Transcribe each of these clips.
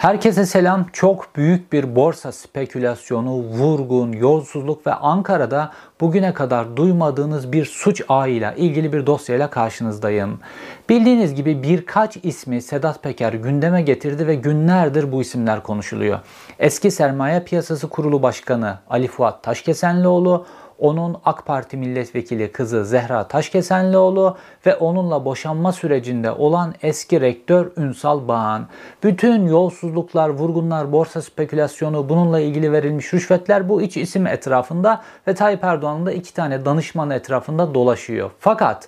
Herkese selam. Çok büyük bir borsa spekülasyonu, vurgun, yolsuzluk ve Ankara'da bugüne kadar duymadığınız bir suç ağıyla ilgili bir dosyayla karşınızdayım. Bildiğiniz gibi birkaç ismi Sedat Peker gündeme getirdi ve günlerdir bu isimler konuşuluyor. Eski Sermaye Piyasası Kurulu Başkanı Ali Fuat Taşkesenlioğlu, onun AK Parti milletvekili kızı Zehra Taşkesenlioğlu ve onunla boşanma sürecinde olan eski rektör Ünsal Bağan. Bütün yolsuzluklar, vurgunlar, borsa spekülasyonu, bununla ilgili verilmiş rüşvetler bu iç isim etrafında ve Tayyip Erdoğan'ın da 2 tane danışmanı etrafında dolaşıyor. Fakat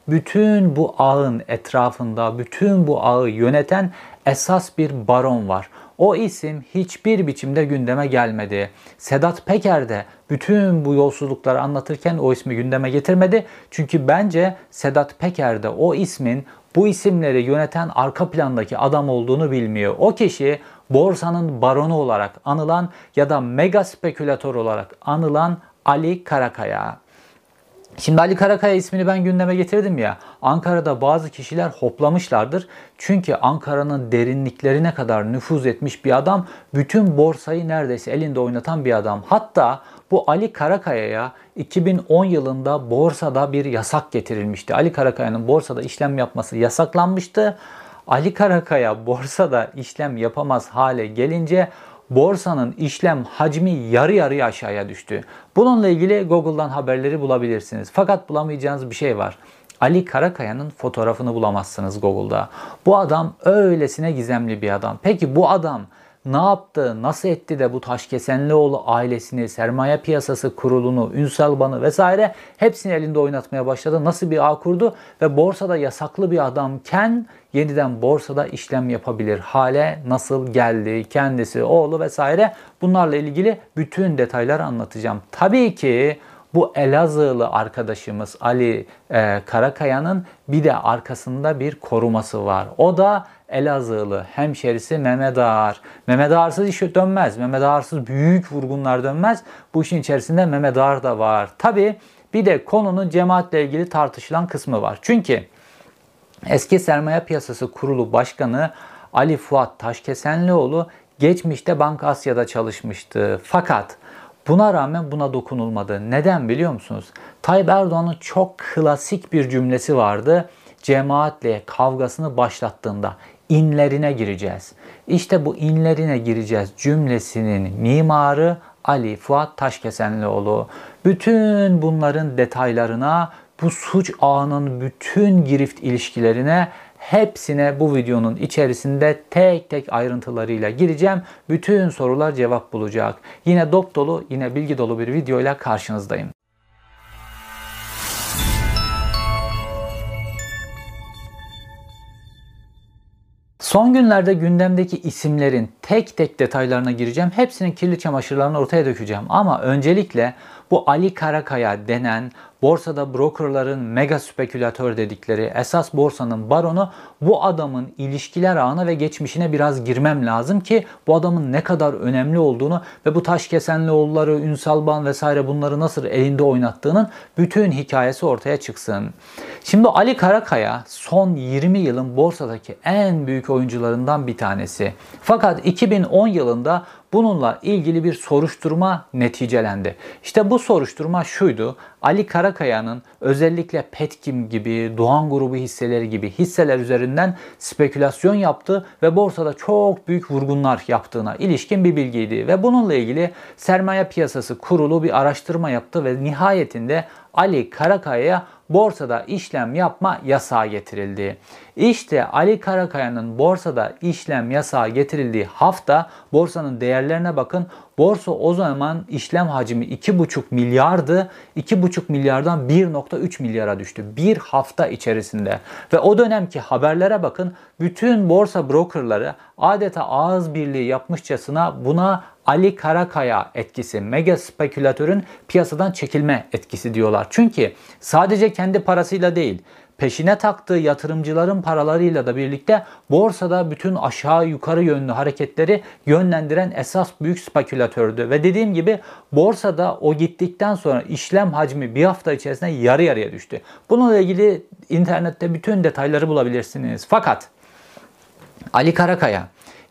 bütün bu ağın etrafında, bütün bu ağı yöneten esas bir baron var. O isim hiçbir biçimde gündeme gelmedi. Sedat Peker de bütün bu yolsuzlukları anlatırken o ismi gündeme getirmedi. Çünkü bence Sedat Peker de o ismin bu isimleri yöneten arka plandaki adam olduğunu bilmiyor. O kişi borsanın baronu olarak anılan ya da mega spekülatör olarak anılan Ali Karakaya. Şimdi Ali Karakaya ismini ben gündeme getirdim ya, Ankara'da bazı kişiler hoplamışlardır. Çünkü Ankara'nın derinliklerine kadar nüfuz etmiş bir adam, bütün borsayı neredeyse elinde oynatan bir adam. Hatta bu Ali Karakaya'ya 2010 yılında borsada bir yasak getirilmişti. Ali Karakaya'nın borsada işlem yapması yasaklanmıştı. Ali Karakaya borsada işlem yapamaz hale gelince borsanın işlem hacmi yarı yarıya aşağıya düştü. Bununla ilgili Google'dan haberleri bulabilirsiniz. Fakat bulamayacağınız bir şey var. Ali Karakaya'nın fotoğrafını bulamazsınız Google'da. Bu adam öylesine gizemli bir adam. Peki bu adam ne yaptı, nasıl etti de bu Taşkesenlioğlu ailesini, Sermaye Piyasası Kurulu'nu, Ünsal Bağan'ı vesaire hepsini elinde oynatmaya başladı? Nasıl bir ağ kurdu ve borsada yasaklı bir adamken yeniden borsada işlem yapabilir hale nasıl geldi? Kendisi, oğlu vesaire, bunlarla ilgili bütün detayları anlatacağım. Tabii ki bu Elazığlı arkadaşımız Ali Karakaya'nın bir de arkasında bir koruması var. O da Elazığlı hemşerisi Mehmet Ağar. Mehmet Ağar'sız iş dönmez. Mehmet Ağar'sız büyük vurgunlar dönmez. Bu işin içerisinde Mehmet Ağar da var. Tabii bir de konunun cemaatle ilgili tartışılan kısmı var. Çünkü eski Sermaye Piyasası Kurulu Başkanı Ali Fuat Taşkesenlioğlu geçmişte Banka Asya'da çalışmıştı. Fakat buna rağmen buna dokunulmadı. Neden biliyor musunuz? Tayyip Erdoğan'ın çok klasik bir cümlesi vardı. Cemaatle kavgasını başlattığında inlerine gireceğiz. İşte bu inlerine gireceğiz cümlesinin mimarı Ali Fuat Taşkesenlioğlu. Bütün bunların detaylarına, bu suç ağının bütün girift ilişkilerine, hepsine bu videonun içerisinde tek tek ayrıntılarıyla gireceğim. Bütün sorular cevap bulacak. Yine dop dolu, yine bilgi dolu bir videoyla karşınızdayım. Son günlerde gündemdeki isimlerin tek tek detaylarına gireceğim. Hepsinin kirli çamaşırlarını ortaya dökeceğim. Ama öncelikle bu Ali Karakaya denen borsada brokerların mega spekülatör dedikleri esas borsanın baronu, bu adamın ilişkiler ağına ve geçmişine biraz girmem lazım ki bu adamın ne kadar önemli olduğunu ve bu Taşkesenlioğulları, Ünsal Bağan vesaire bunları nasıl elinde oynattığının bütün hikayesi ortaya çıksın. Şimdi Ali Karakaya son 20 yılın borsadaki en büyük oyuncularından bir tanesi. Fakat 2010 yılında bununla ilgili bir soruşturma neticelendi. İşte bu soruşturma şuydu: Ali Karakaya'nın özellikle Petkim gibi, Doğan Grubu hisseleri gibi hisseler üzerinden spekülasyon yaptığı ve borsada çok büyük vurgunlar yaptığına ilişkin bir bilgiydi. Ve bununla ilgili Sermaye Piyasası Kurulu bir araştırma yaptı ve nihayetinde Ali Karakaya'ya borsada işlem yapma yasağı getirildi. İşte Ali Karakaya'nın borsada işlem yasağı getirildiği hafta borsanın değerlerine bakın. Borsa o zaman işlem hacmi 2,5 milyardı. 2,5 milyardan 1,3 milyara düştü. Bir hafta içerisinde. Ve o dönemki haberlere bakın. Bütün borsa brokerları adeta ağız birliği yapmışçasına buna Ali Karakaya etkisi, mega spekülatörün piyasadan çekilme etkisi diyorlar. Çünkü sadece kendi parasıyla değil, peşine taktığı yatırımcıların paralarıyla da birlikte borsada bütün aşağı yukarı yönlü hareketleri yönlendiren esas büyük spekülatördü. Ve dediğim gibi borsada o gittikten sonra işlem hacmi bir hafta içerisinde yarı yarıya düştü. Bununla ilgili internette bütün detayları bulabilirsiniz. Fakat Ali Karakaya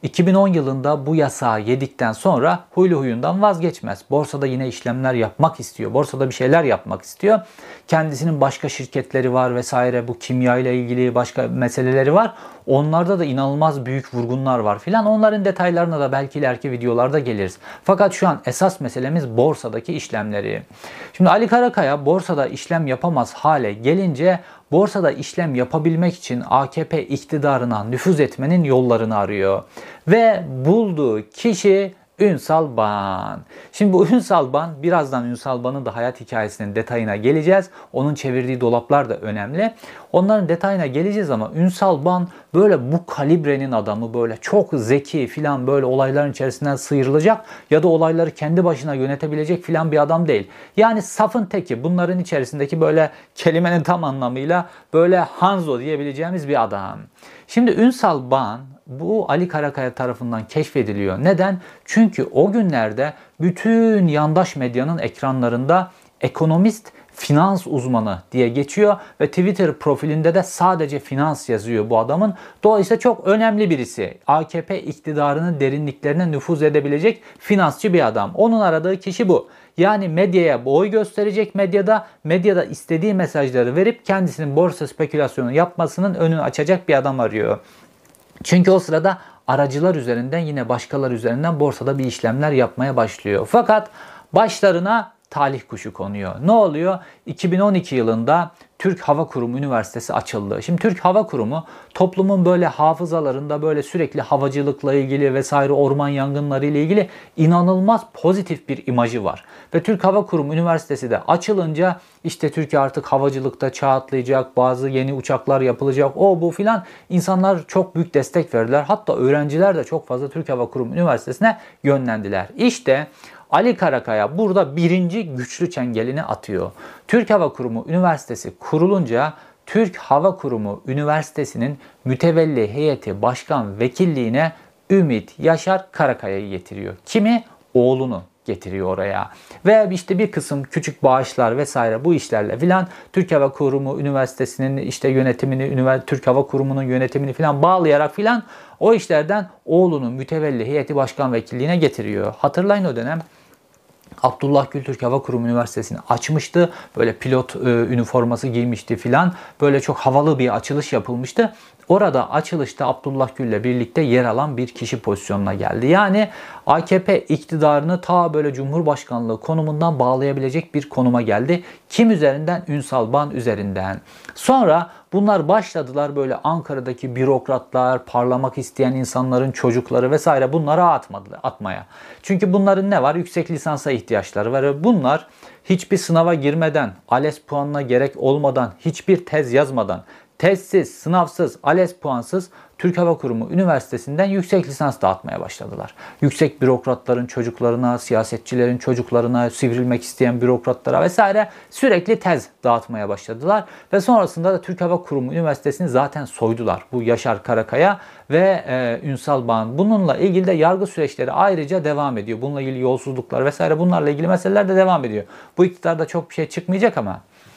2010 yılında bu yasağı yedikten sonra huylu huyundan vazgeçmez. Borsada yine işlemler yapmak istiyor. Borsada bir şeyler yapmak istiyor. Kendisinin başka şirketleri var vesaire. Bu kimya ile ilgili başka meseleleri var. Onlarda da inanılmaz büyük vurgunlar var filan. Onların detaylarına da belki ileriki videolarda geliriz. Fakat şu an esas meselemiz borsadaki işlemleri. Şimdi Ali Karakaya borsada işlem yapamaz hale gelince borsada işlem yapabilmek için AKP iktidarına nüfuz etmenin yollarını arıyor. Ve bulduğu kişi Ünsal Ban. Şimdi bu Ünsal Ban, birazdan Ünsal Ban'ın da hayat hikayesinin detayına geleceğiz. Onun çevirdiği dolaplar da önemli. Onların detayına geleceğiz ama Ünsal Ban böyle bu kalibrenin adamı, böyle çok zeki filan, böyle olayların içerisinden sıyrılacak ya da olayları kendi başına yönetebilecek filan bir adam değil. Yani safın teki, bunların içerisindeki böyle kelimenin tam anlamıyla böyle Hanzo diyebileceğimiz bir adam. Şimdi Ünsal Ban bu Ali Karakaya tarafından keşfediliyor. Neden? Çünkü o günlerde bütün yandaş medyanın ekranlarında ekonomist, finans uzmanı diye geçiyor ve Twitter profilinde de sadece finans yazıyor bu adamın. Dolayısıyla çok önemli birisi. AKP iktidarının derinliklerine nüfuz edebilecek finansçı bir adam. Onun aradığı kişi bu. Yani medyaya boy gösterecek, medyada istediği mesajları verip kendisinin borsa spekülasyonu yapmasının önünü açacak bir adam arıyor. Çünkü o sırada aracılar üzerinden, yine başkalar üzerinden borsada bir işlemler yapmaya başlıyor. Fakat başlarına talih kuşu konuyor. Ne oluyor? 2012 yılında Türk Hava Kurumu Üniversitesi açıldı. Şimdi Türk Hava Kurumu toplumun böyle hafızalarında böyle sürekli havacılıkla ilgili vesaire, orman yangınları ile ilgili inanılmaz pozitif bir imajı var. Ve Türk Hava Kurumu Üniversitesi de açılınca işte Türkiye artık havacılıkta çağ atlayacak, bazı yeni uçaklar yapılacak, o bu filan, insanlar çok büyük destek verdiler. Hatta öğrenciler de çok fazla Türk Hava Kurumu Üniversitesi'ne yönlendiler. İşte Ali Karakaya burada birinci güçlü çengelini atıyor. Türk Hava Kurumu Üniversitesi kurulunca Türk Hava Kurumu Üniversitesi'nin mütevelli heyeti başkan vekilliğine Ümit Yaşar Karakaya'yı getiriyor. Kimi? Oğlunu getiriyor oraya. Ve işte bir kısım küçük bağışlar vesaire, bu işlerle filan Türk Hava Kurumu Üniversitesi'nin işte yönetimini, Türk Hava Kurumu'nun yönetimini filan bağlayarak filan o işlerden oğlunun mütevelli heyeti başkan vekilliğine getiriyor. Hatırlayın, o dönem Abdullah Gül Türk Hava Kurumu Üniversitesi'ni açmıştı. Böyle pilot üniforması giymişti filan. Böyle çok havalı bir açılış yapılmıştı. Orada açılışta Abdullah Gül'le birlikte yer alan bir kişi pozisyonuna geldi. Yani AKP iktidarını ta böyle Cumhurbaşkanlığı konumundan bağlayabilecek bir konuma geldi. Kim üzerinden? Ünsal Ban üzerinden. Sonra bunlar başladılar böyle Ankara'daki bürokratlar, parlamak isteyen insanların çocukları vesaire bunlara atmaya. Çünkü bunların ne var? Yüksek lisansa ihtiyaçları var. Bunlar hiçbir sınava girmeden, ALES puanına gerek olmadan, hiçbir tez yazmadan, tezsiz, sınavsız, ALES puansız Türk Hava Kurumu Üniversitesi'nden yüksek lisans dağıtmaya başladılar. Yüksek bürokratların çocuklarına, siyasetçilerin çocuklarına, sivrilmek isteyen bürokratlara vesaire sürekli tez dağıtmaya başladılar. Ve sonrasında da Türk Hava Kurumu Üniversitesi'ni zaten soydular. Bu Yaşar Karakaya ve Ünsal Ban. Bununla ilgili de yargı süreçleri ayrıca devam ediyor. Bununla ilgili yolsuzluklar vesaire, bunlarla ilgili meseleler de devam ediyor. Bu iktidarda çok bir şey çıkmayacak ama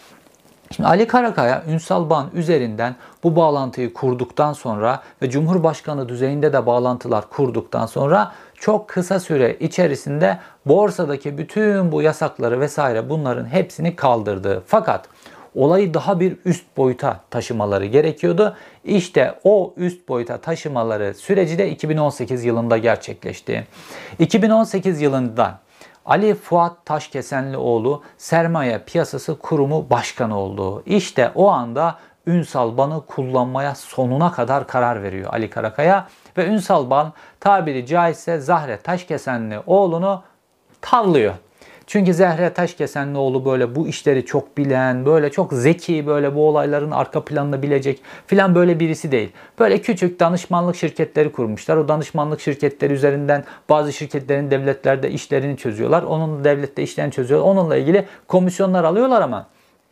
şimdi Ali Karakaya, Ünsal Ban üzerinden bu bağlantıyı kurduktan sonra ve Cumhurbaşkanı düzeyinde de bağlantılar kurduktan sonra çok kısa süre içerisinde borsadaki bütün bu yasakları vesaire bunların hepsini kaldırdı. Fakat olayı daha bir üst boyuta taşımaları gerekiyordu. İşte o üst boyuta taşımaları süreci de 2018 yılında gerçekleşti. 2018 yılında Ali Fuat Taşkesenlioğlu Sermaye Piyasası Kurumu Başkanı oldu. İşte o anda Ünsal Ban'ı kullanmaya sonuna kadar karar veriyor Ali Karakaya. Ve Ünsal Ban tabiri caizse Zahre Taşkesenlioğlu'nu tavlıyor. Çünkü Zahre Taşkesenlioğlu böyle bu işleri çok bilen, böyle çok zeki, böyle bu olayların arka planını bilecek filan böyle birisi değil. Böyle küçük danışmanlık şirketleri kurmuşlar. O danışmanlık şirketleri üzerinden bazı şirketlerin devletlerde işlerini çözüyorlar. Onun devlette işlerini çözüyorlar. Onunla ilgili komisyonlar alıyorlar ama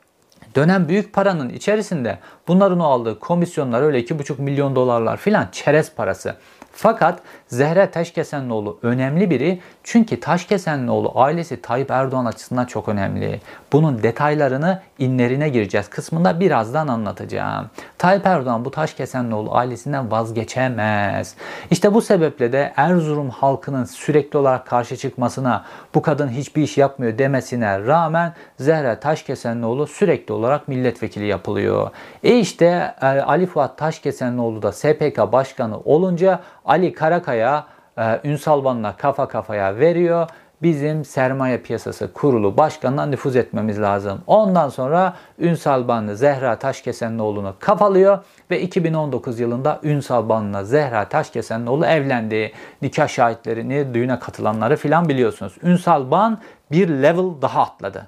dönem büyük paranın içerisinde bunların o aldığı komisyonlar öyle 2,5 milyon dolarlar filan çerez parası. Fakat Zehra Taşkesenlioğlu önemli biri. Çünkü Taşkesenlioğlu ailesi Tayyip Erdoğan açısından çok önemli. Bunun detaylarını inlerine gireceğiz kısmında birazdan anlatacağım. Tayyip Erdoğan bu Taşkesenlioğlu ailesinden vazgeçemez. İşte bu sebeple de Erzurum halkının sürekli olarak karşı çıkmasına, bu kadın hiçbir iş yapmıyor demesine rağmen Zehra Taşkesenlioğlu sürekli olarak milletvekili yapılıyor. İşte Ali Fuat Taşkesenlioğlu da SPK başkanı olunca Ali Karakaya Ünsalban'la kafa kafaya veriyor. Bizim sermaye piyasası kurulu başkanına nüfuz etmemiz lazım. Ondan sonra Ünsalbanlı Zehra Taşkesenlioğlu'nu kafalıyor ve 2019 yılında Ünsalban'la Zehra Taşkesenlioğlu evlendi. Nikah şahitlerini, düğüne katılanları filan biliyorsunuz. Ünsalban bir level daha atladı.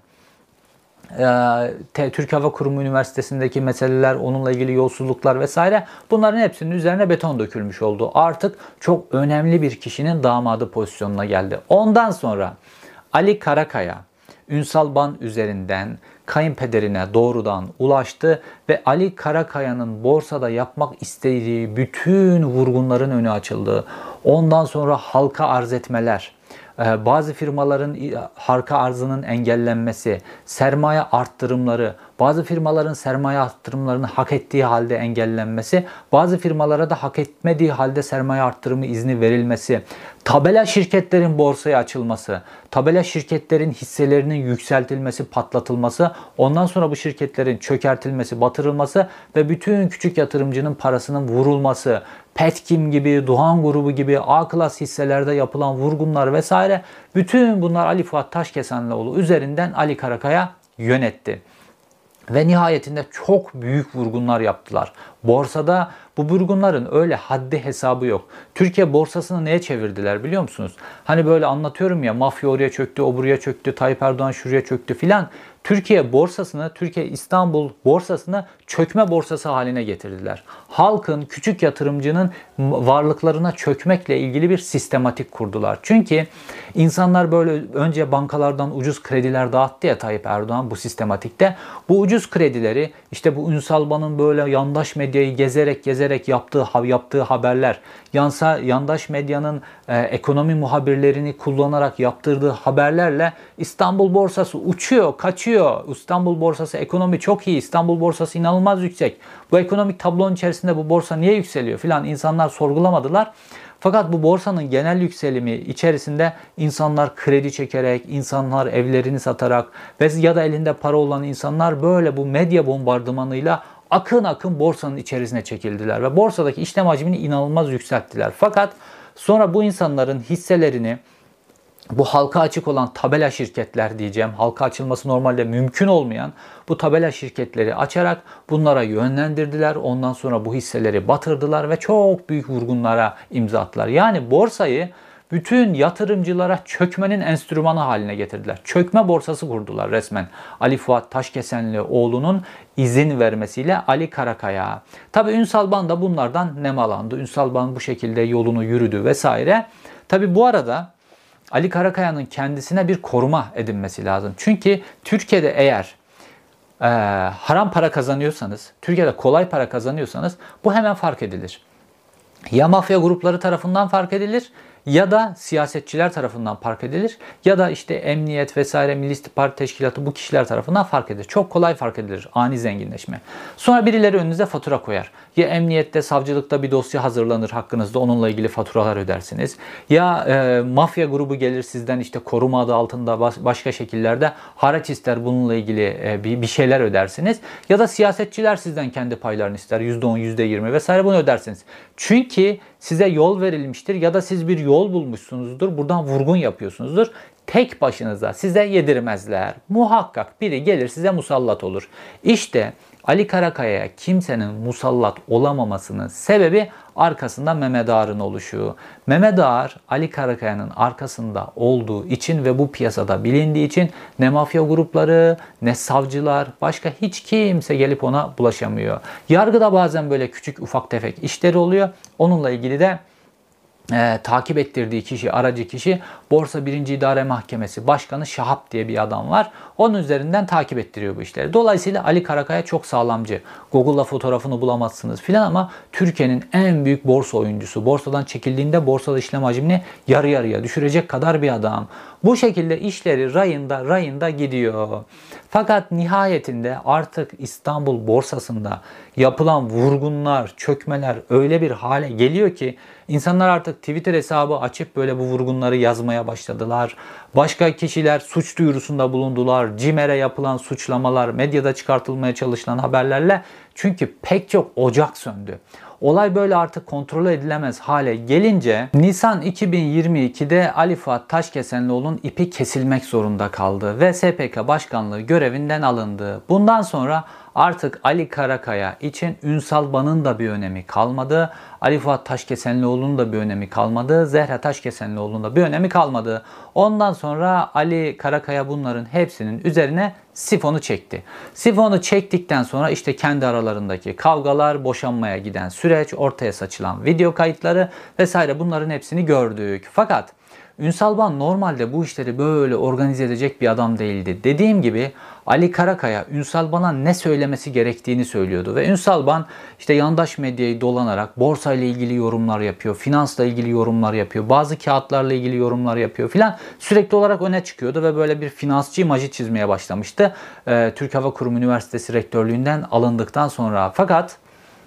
Türk Hava Kurumu Üniversitesi'ndeki meseleler, onunla ilgili yolsuzluklar vesaire, bunların hepsinin üzerine beton dökülmüş oldu. Artık çok önemli bir kişinin damadı pozisyonuna geldi. Ondan sonra Ali Karakaya Ünsalban üzerinden kayınpederine doğrudan ulaştı ve Ali Karakaya'nın borsada yapmak istediği bütün vurgunların önü açıldı. Ondan sonra halka arz etmeler, bazı firmaların halka arzının engellenmesi, sermaye arttırımları, bazı firmaların sermaye arttırımlarını hak ettiği halde engellenmesi, bazı firmalara da hak etmediği halde sermaye arttırımı izni verilmesi, tabela şirketlerin borsaya açılması, tabela şirketlerin hisselerinin yükseltilmesi, patlatılması, ondan sonra bu şirketlerin çökertilmesi, batırılması ve bütün küçük yatırımcının parasının vurulması, Petkim gibi, Doğan Grubu gibi A-Klas hisselerde yapılan vurgunlar vesaire, bütün bunlar Ali Fuat Taşkesenlioğlu üzerinden Ali Karakaya yönetti. Ve nihayetinde çok büyük vurgunlar yaptılar. Borsada bu vurgunların öyle haddi hesabı yok. Türkiye borsasını neye çevirdiler biliyor musunuz? Hani böyle anlatıyorum ya, mafya oraya çöktü, o buraya çöktü, Tayyip Erdoğan şuraya çöktü filan. Türkiye borsasını, Türkiye İstanbul borsasını çökme borsası haline getirdiler. Halkın, küçük yatırımcının varlıklarına çökmekle ilgili bir sistematik kurdular. Çünkü insanlar böyle önce bankalardan ucuz krediler dağıttı ya Tayyip Erdoğan bu sistematikte. Bu ucuz kredileri işte bu Ünsalban'ın böyle yandaş medyayı gezerek yaptığı haberler, yandaş medyanın ekonomi muhabirlerini kullanarak yaptırdığı haberlerle İstanbul borsası uçuyor, kaçıyor. İstanbul borsası ekonomi çok iyi, İstanbul borsası inanılmaz yüksek. Bu ekonomik tablonun içerisinde bu borsa niye yükseliyor filan insanlar sorgulamadılar. Fakat bu borsanın genel yükselimi içerisinde insanlar kredi çekerek, insanlar evlerini satarak ve ya da elinde para olan insanlar böyle bu medya bombardımanıyla akın akın borsanın içerisine çekildiler ve borsadaki işlem hacmini inanılmaz yükselttiler. Fakat sonra bu insanların hisselerini bu halka açık olan tabela şirketler diyeceğim, halka açılması normalde mümkün olmayan bu tabela şirketleri açarak bunlara yönlendirdiler. Ondan sonra bu hisseleri batırdılar ve çok büyük vurgunlara imza attılar. Yani borsayı bütün yatırımcılara çökmenin enstrümanı haline getirdiler. Çökme borsası kurdular resmen. Ali Fuat Taşkesenlioğlu'nun izin vermesiyle Ali Karakaya. Tabii Ünsalban da bunlardan nemalandı. Ünsalban bu şekilde yolunu yürüdü vesaire. Tabii bu arada Ali Karakaya'nın kendisine bir koruma edinmesi lazım. Çünkü Türkiye'de eğer haram para kazanıyorsanız, Türkiye'de kolay para kazanıyorsanız bu hemen fark edilir. Ya mafya grupları tarafından fark edilir ya da siyasetçiler tarafından fark edilir ya da işte emniyet vesaire Milli İstihbarat Teşkilatı bu kişiler tarafından fark edilir. Çok kolay fark edilir ani zenginleşme. Sonra birileri önünüze fatura koyar. Ya emniyette, savcılıkta bir dosya hazırlanır hakkınızda, onunla ilgili faturalar ödersiniz. Ya mafya grubu gelir sizden işte koruma adı altında başka şekillerde haraç ister, bununla ilgili bir şeyler ödersiniz. Ya da siyasetçiler sizden kendi paylarını ister, %10, %20 vesaire, bunu ödersiniz. Çünkü size yol verilmiştir ya da siz bir yol bulmuşsunuzdur, buradan vurgun yapıyorsunuzdur. Tek başınıza size yedirmezler. Muhakkak biri gelir size musallat olur. İşte Ali Karakaya'ya kimsenin musallat olamamasının sebebi arkasında Mehmet Ağar'ın oluşu. Mehmet Ağar, Ali Karakaya'nın arkasında olduğu için ve bu piyasada bilindiği için ne mafya grupları, ne savcılar, başka hiç kimse gelip ona bulaşamıyor. Yargıda bazen böyle küçük ufak tefek işleri oluyor. Onunla ilgili de takip ettirdiği kişi, aracı kişi Borsa 1. İdare Mahkemesi Başkanı Şahap diye bir adam var. Onun üzerinden takip ettiriyor bu işleri. Dolayısıyla Ali Karakaya çok sağlamcı. Google'da fotoğrafını bulamazsınız filan ama Türkiye'nin en büyük borsa oyuncusu. Borsadan çekildiğinde borsada işlem hacmini yarı yarıya düşürecek kadar bir adam. Bu şekilde işleri rayında gidiyor. Fakat nihayetinde artık İstanbul borsasında yapılan vurgunlar, çökmeler öyle bir hale geliyor ki insanlar artık Twitter hesabı açıp böyle bu vurgunları yazmaya başladılar. Başka kişiler suç duyurusunda bulundular. CİMER'e yapılan suçlamalar, medyada çıkartılmaya çalışılan haberlerle, çünkü pek çok ocak söndü. Olay böyle artık kontrol edilemez hale gelince Nisan 2022'de Ali Fuat Taşkesenlioğlu'nun ipi kesilmek zorunda kaldı ve SPK Başkanlığı görevinden alındı. Bundan sonra artık Ali Karakaya için Ünsal Ban'ın da bir önemi kalmadı. Ali Fuat Taşkesenlioğlu'nun da bir önemi kalmadı. Zehra Taşkesenlioğlu'nun da bir önemi kalmadı. Ondan sonra Ali Karakaya bunların hepsinin üzerine sifonu çekti. Sifonu çektikten sonra işte kendi aralarındaki kavgalar, boşanmaya giden süreç, ortaya saçılan video kayıtları vesaire, bunların hepsini gördük. Fakat Ünsal Ban normalde bu işleri böyle organize edecek bir adam değildi. Dediğim gibi Ali Karakaya Ünsal Ban'a ne söylemesi gerektiğini söylüyordu. Ve Ünsal Ban işte yandaş medyayı dolanarak borsayla ilgili yorumlar yapıyor, finansla ilgili yorumlar yapıyor, bazı kağıtlarla ilgili yorumlar yapıyor filan. Sürekli olarak öne çıkıyordu ve böyle bir finansçı imajı çizmeye başlamıştı. Türk Hava Kurumu Üniversitesi rektörlüğünden alındıktan sonra. Fakat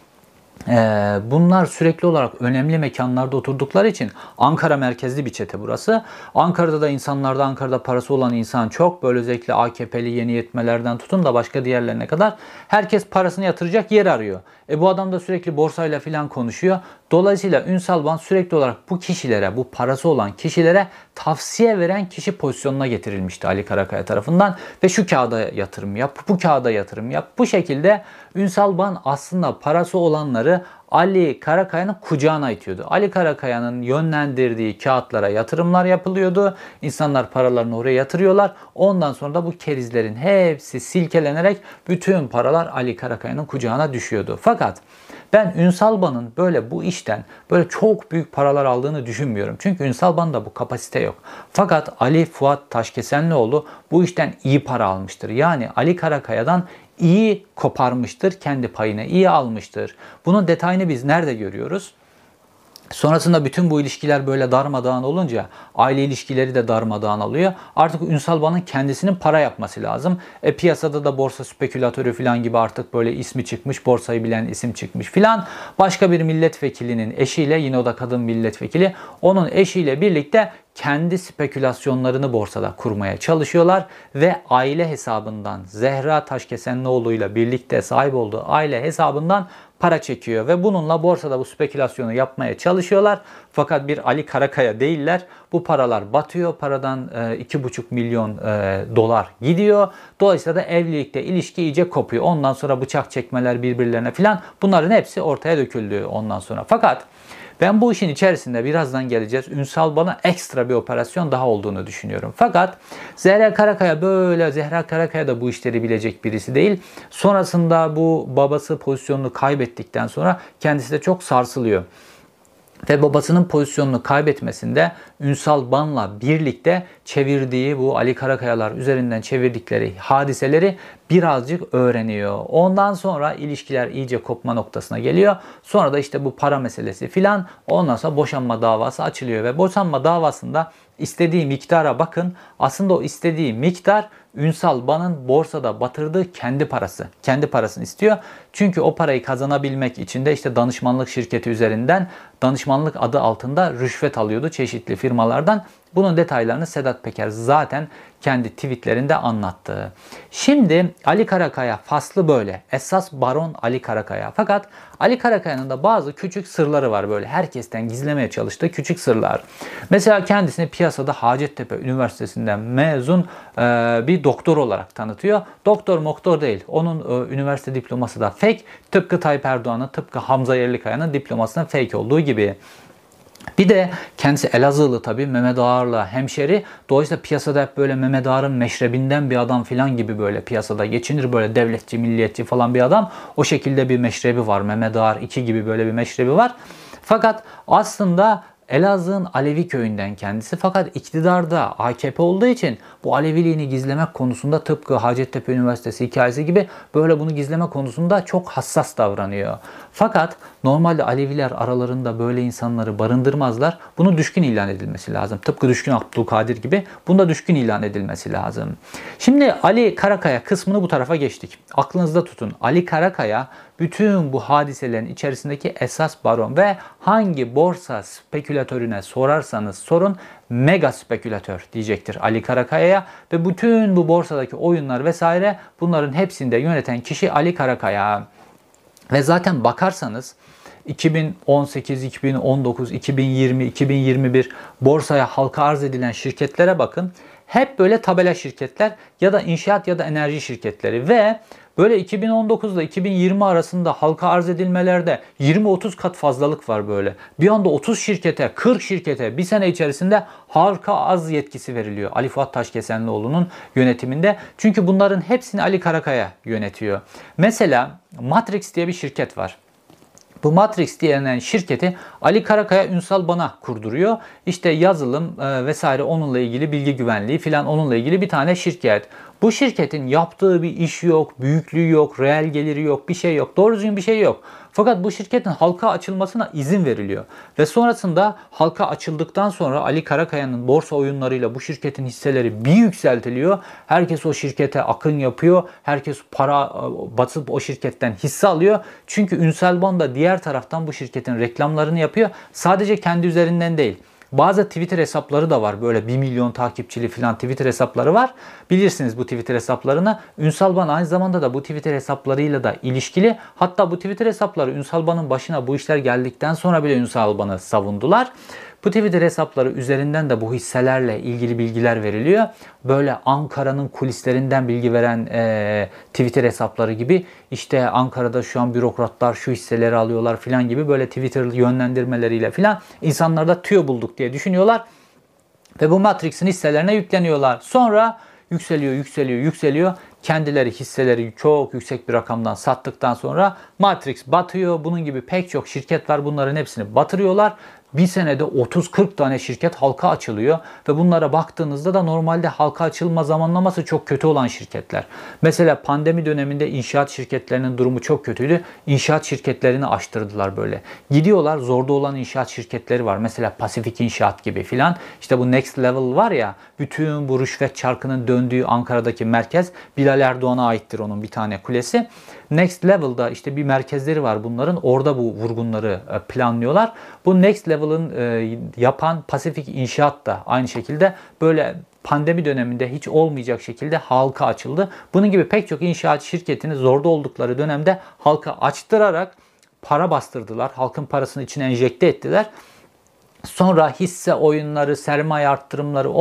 bunlar sürekli olarak önemli mekanlarda oturdukları için, Ankara merkezli bir çete burası. Ankara'da da insanlarda, Ankara'da parası olan insan çok. Böyle özellikle AKP'li yeni yetmelerden tutun da başka diğerlerine kadar herkes parasını yatıracak yer arıyor. Bu adam da sürekli borsayla filan konuşuyor. Dolayısıyla Ünsal Ban sürekli olarak bu kişilere, bu parası olan kişilere tavsiye veren kişi pozisyonuna getirilmişti Ali Karakaya tarafından. Ve şu kağıda yatırım yap, bu kağıda yatırım yap. Bu şekilde Ünsal Ban aslında parası olanları Ali Karakaya'nın kucağına itiyordu. Ali Karakaya'nın yönlendirdiği kağıtlara yatırımlar yapılıyordu. İnsanlar paralarını oraya yatırıyorlar. Ondan sonra da bu kerizlerin hepsi silkelenerek bütün paralar Ali Karakaya'nın kucağına düşüyordu. Fakat ben Ünsal Ban'ın böyle bu işten böyle çok büyük paralar aldığını düşünmüyorum. Çünkü Ünsal Ban'da bu kapasite yok. Fakat Ali Fuat Taşkesenlioğlu bu işten iyi para almıştır. Yani Ali Karakaya'dan iyi koparmıştır, kendi payını iyi almıştır. Bunun detayını biz nerede görüyoruz? Sonrasında bütün bu ilişkiler böyle darmadağın olunca aile ilişkileri de darmadağın oluyor. Artık Ünsal Ban'ın kendisinin para yapması lazım. Piyasada da borsa spekülatörü falan gibi artık böyle ismi çıkmış, borsayı bilen isim çıkmış filan. Başka bir milletvekilinin eşiyle, yine o da kadın milletvekili, onun eşiyle birlikte kendi spekülasyonlarını borsada kurmaya çalışıyorlar ve aile hesabından, Zehra Taşkesenlioğlu ile birlikte sahip olduğu aile hesabından para çekiyor ve bununla borsada bu spekülasyonu yapmaya çalışıyorlar. Fakat bir Ali Karakaya değiller. Bu paralar batıyor. Paradan 2,5 milyon dolar gidiyor. Dolayısıyla da evlilikte ilişki iyice kopuyor. Ondan sonra bıçak çekmeler birbirlerine filan, bunların hepsi ortaya döküldü ondan sonra. Fakat ben bu işin içerisinde, birazdan geleceğiz, Ünsal Ban'a ekstra bir operasyon daha olduğunu düşünüyorum. Fakat Zehra Karakaya da bu işleri bilecek birisi değil. Sonrasında bu babası pozisyonunu kaybettikten sonra kendisi de çok sarsılıyor. Ve babasının pozisyonunu kaybetmesinde Ünsal Ban'la birlikte çevirdiği bu Ali Karakayalar üzerinden çevirdikleri hadiseleri birazcık öğreniyor. Ondan sonra ilişkiler iyice kopma noktasına geliyor. Sonra da işte bu para meselesi filan, ondan sonra boşanma davası açılıyor ve boşanma davasında istediği miktara bakın. Aslında o istediği miktar Ünsal Ban'ın borsada batırdığı kendi parası. Kendi parasını istiyor. Çünkü o parayı kazanabilmek için de işte danışmanlık şirketi üzerinden, danışmanlık adı altında rüşvet alıyordu çeşitli firmalardan. Bunun detaylarını Sedat Peker zaten kendi tweetlerinde anlattı. Şimdi Ali Karakaya faslı böyle. Esas baron Ali Karakaya. Fakat Ali Karakaya'nın da bazı küçük sırları var, böyle herkesten gizlemeye çalıştığı küçük sırlar. Mesela kendisini piyasada Hacettepe Üniversitesi'nden mezun bir doktor olarak tanıtıyor. Doktor değil. Onun üniversite diploması da fake. Tıpkı Tayyip Erdoğan'ın, tıpkı Hamza Yerlikaya'nın diplomasının fake olduğu gibi. Bir de kendisi Elazığlı tabii, Mehmet Ağar'la hemşeri. Dolayısıyla piyasada hep böyle Mehmet Ağar'ın meşrebinden bir adam filan gibi böyle piyasada geçinir. Böyle devletçi, milliyetçi falan bir adam. O şekilde bir meşrebi var. Mehmet Ağar 2 gibi böyle bir meşrebi var. Fakat aslında Elazığ'ın Alevi köyünden kendisi, fakat iktidarda AKP olduğu için bu Aleviliğini gizlemek konusunda tıpkı Hacettepe Üniversitesi hikayesi gibi böyle bunu gizleme konusunda çok hassas davranıyor. Fakat normalde Aleviler aralarında böyle insanları barındırmazlar. Bunu düşkün ilan edilmesi lazım. Tıpkı düşkün Abdülkadir gibi bunda düşkün ilan edilmesi lazım. Şimdi Ali Karakaya kısmını bu tarafa geçtik. Aklınızda tutun. Ali Karakaya bütün bu hadiselerin içerisindeki esas baron ve hangi borsa spekülatörüne sorarsanız sorun mega spekülatör diyecektir Ali Karakaya'ya ve bütün bu borsadaki oyunlar vesaire bunların hepsini de yöneten kişi Ali Karakaya. Ve zaten bakarsanız 2018, 2019, 2020, 2021 borsaya halka arz edilen şirketlere bakın. Hep böyle tabela şirketler ya da inşaat ya da enerji şirketleri ve böyle 2019 ile 2020 arasında halka arz edilmelerde 20-30 kat fazlalık var böyle. Bir anda 30 şirkete, 40 şirkete bir sene içerisinde halka arz yetkisi veriliyor Ali Fuat Taşkesenlioğlu'nun yönetiminde. Çünkü bunların hepsini Ali Karakaya yönetiyor. Mesela Matrix diye bir şirket var. Bu Matrix denen şirketi Ali Karakaya Ünsal Ban'a kurduruyor. İşte yazılım vesaire onunla ilgili bilgi güvenliği filan onunla ilgili bir tane şirket. Bu şirketin yaptığı bir iş yok, büyüklüğü yok, reel geliri yok, bir şey yok, doğru düzgün bir şey yok. Fakat bu şirketin halka açılmasına izin veriliyor. Ve sonrasında halka açıldıktan sonra Ali Karakaya'nın borsa oyunlarıyla bu şirketin hisseleri bir yükseltiliyor. Herkes o şirkete akın yapıyor. Herkes para basıp o şirketten hisse alıyor. Çünkü Ünsal Ban da diğer taraftan bu şirketin reklamlarını yapıyor. Sadece kendi üzerinden değil. Bazı Twitter hesapları da var. Böyle 1 milyon takipçili falan Twitter hesapları var. Bilirsiniz bu Twitter hesaplarını. Ünsal Ban aynı zamanda da bu Twitter hesaplarıyla da ilişkili. Hatta bu Twitter hesapları Ünsal Ban'ın başına bu işler geldikten sonra bile Ünsal Ban'ı savundular. Bu Twitter hesapları üzerinden de bu hisselerle ilgili bilgiler veriliyor. Böyle Ankara'nın kulislerinden bilgi veren Twitter hesapları gibi işte Ankara'da şu an bürokratlar şu hisseleri alıyorlar filan gibi böyle Twitter yönlendirmeleriyle filan insanlarda tüyo bulduk diye düşünüyorlar. Ve bu Matrix'in hisselerine yükleniyorlar. Sonra yükseliyor. Kendileri hisseleri çok yüksek bir rakamdan sattıktan sonra Matrix batıyor. Bunun gibi pek çok şirket var. Bunların hepsini batırıyorlar. Bir senede 30-40 tane şirket halka açılıyor ve bunlara baktığınızda da normalde halka açılma zamanlaması çok kötü olan şirketler. Mesela pandemi döneminde inşaat şirketlerinin durumu çok kötüydü. İnşaat şirketlerini açtırdılar böyle. Gidiyorlar, zorda olan inşaat şirketleri var. Mesela Pasifik İnşaat gibi filan. İşte bu Next Level var ya, bütün bu rüşvet çarkının döndüğü Ankara'daki merkez Bilal Erdoğan'a aittir, onun bir tane kulesi. Next Level'da işte bir merkezleri var bunların. Orada bu vurgunları planlıyorlar. Bu Next Level'ın yapan Pasifik İnşaat da aynı şekilde böyle pandemi döneminde hiç olmayacak şekilde halka açıldı. Bunun gibi pek çok inşaat şirketini zorda oldukları dönemde halka açtırarak para bastırdılar. Halkın parasını içine enjekte ettiler. Sonra hisse oyunları, sermaye arttırımları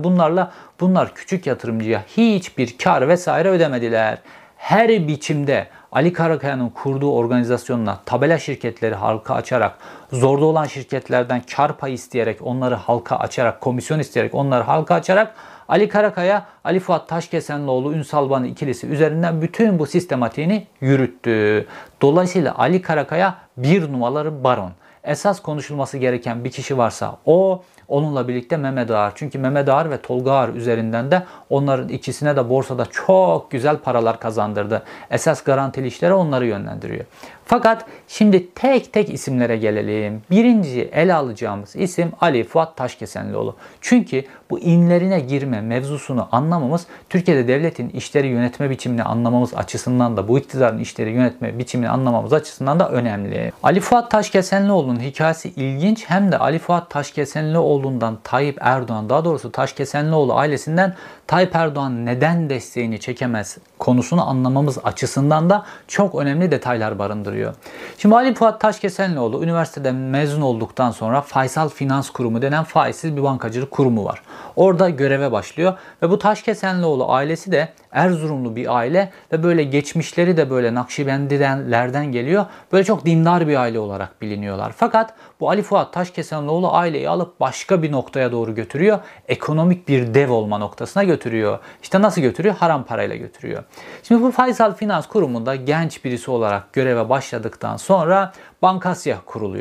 bunlar küçük yatırımcıya hiçbir kar vesaire ödemediler. Her biçimde Ali Karakaya'nın kurduğu organizasyonla tabela şirketleri halka açarak, zorda olan şirketlerden kar payı isteyerek, onları halka açarak, komisyon isteyerek onları halka açarak Ali Karakaya, Ali Fuat Taşkesenlioğlu, Ünsal Ban ikilisi üzerinden bütün bu sistematiğini yürüttü. Dolayısıyla Ali Karakaya bir numaralı baron. Esas konuşulması gereken bir kişi varsa onunla birlikte Mehmet Ağar. Çünkü Mehmet Ağar ve Tolga Ağar üzerinden de onların ikisine de borsada çok güzel paralar kazandırdı. Esas garantili işlere onları yönlendiriyor. Fakat şimdi tek tek isimlere gelelim. Birinci ele alacağımız isim Ali Fuat Taşkesenlioğlu. Çünkü bu inlerine girme mevzusunu anlamamız, Türkiye'de devletin işleri yönetme biçimini anlamamız açısından da, bu iktidarın işleri yönetme biçimini anlamamız açısından da önemli. Ali Fuat Taşkesenlioğlu'nun hikayesi ilginç. Hem de Ali Fuat Taşkesenlioğlu'ndan Tayyip Erdoğan, daha doğrusu Taşkesenlioğlu ailesinden Tayyip Erdoğan neden desteğini çekemez konusunu anlamamız açısından da çok önemli detaylar barındırıyor. Şimdi Ali Fuat Taşkesenlioğlu üniversiteden mezun olduktan sonra Faysal Finans Kurumu denen faizsiz bir bankacılık kurumu var. Orada göreve başlıyor ve bu Taşkesenlioğlu ailesi de Erzurumlu bir aile ve böyle geçmişleri de böyle Nakşibendilerden geliyor. Böyle çok dindar bir aile olarak biliniyorlar. Fakat bu Ali Fuat Taşkesenlioğlu aileyi alıp başka bir noktaya doğru götürüyor. Ekonomik bir dev olma noktasına götürüyor. İşte nasıl götürüyor? Haram parayla götürüyor. Şimdi bu Faysal Finans Kurumu'nda genç birisi olarak göreve başladıktan sonra Bankasya kuruluyor.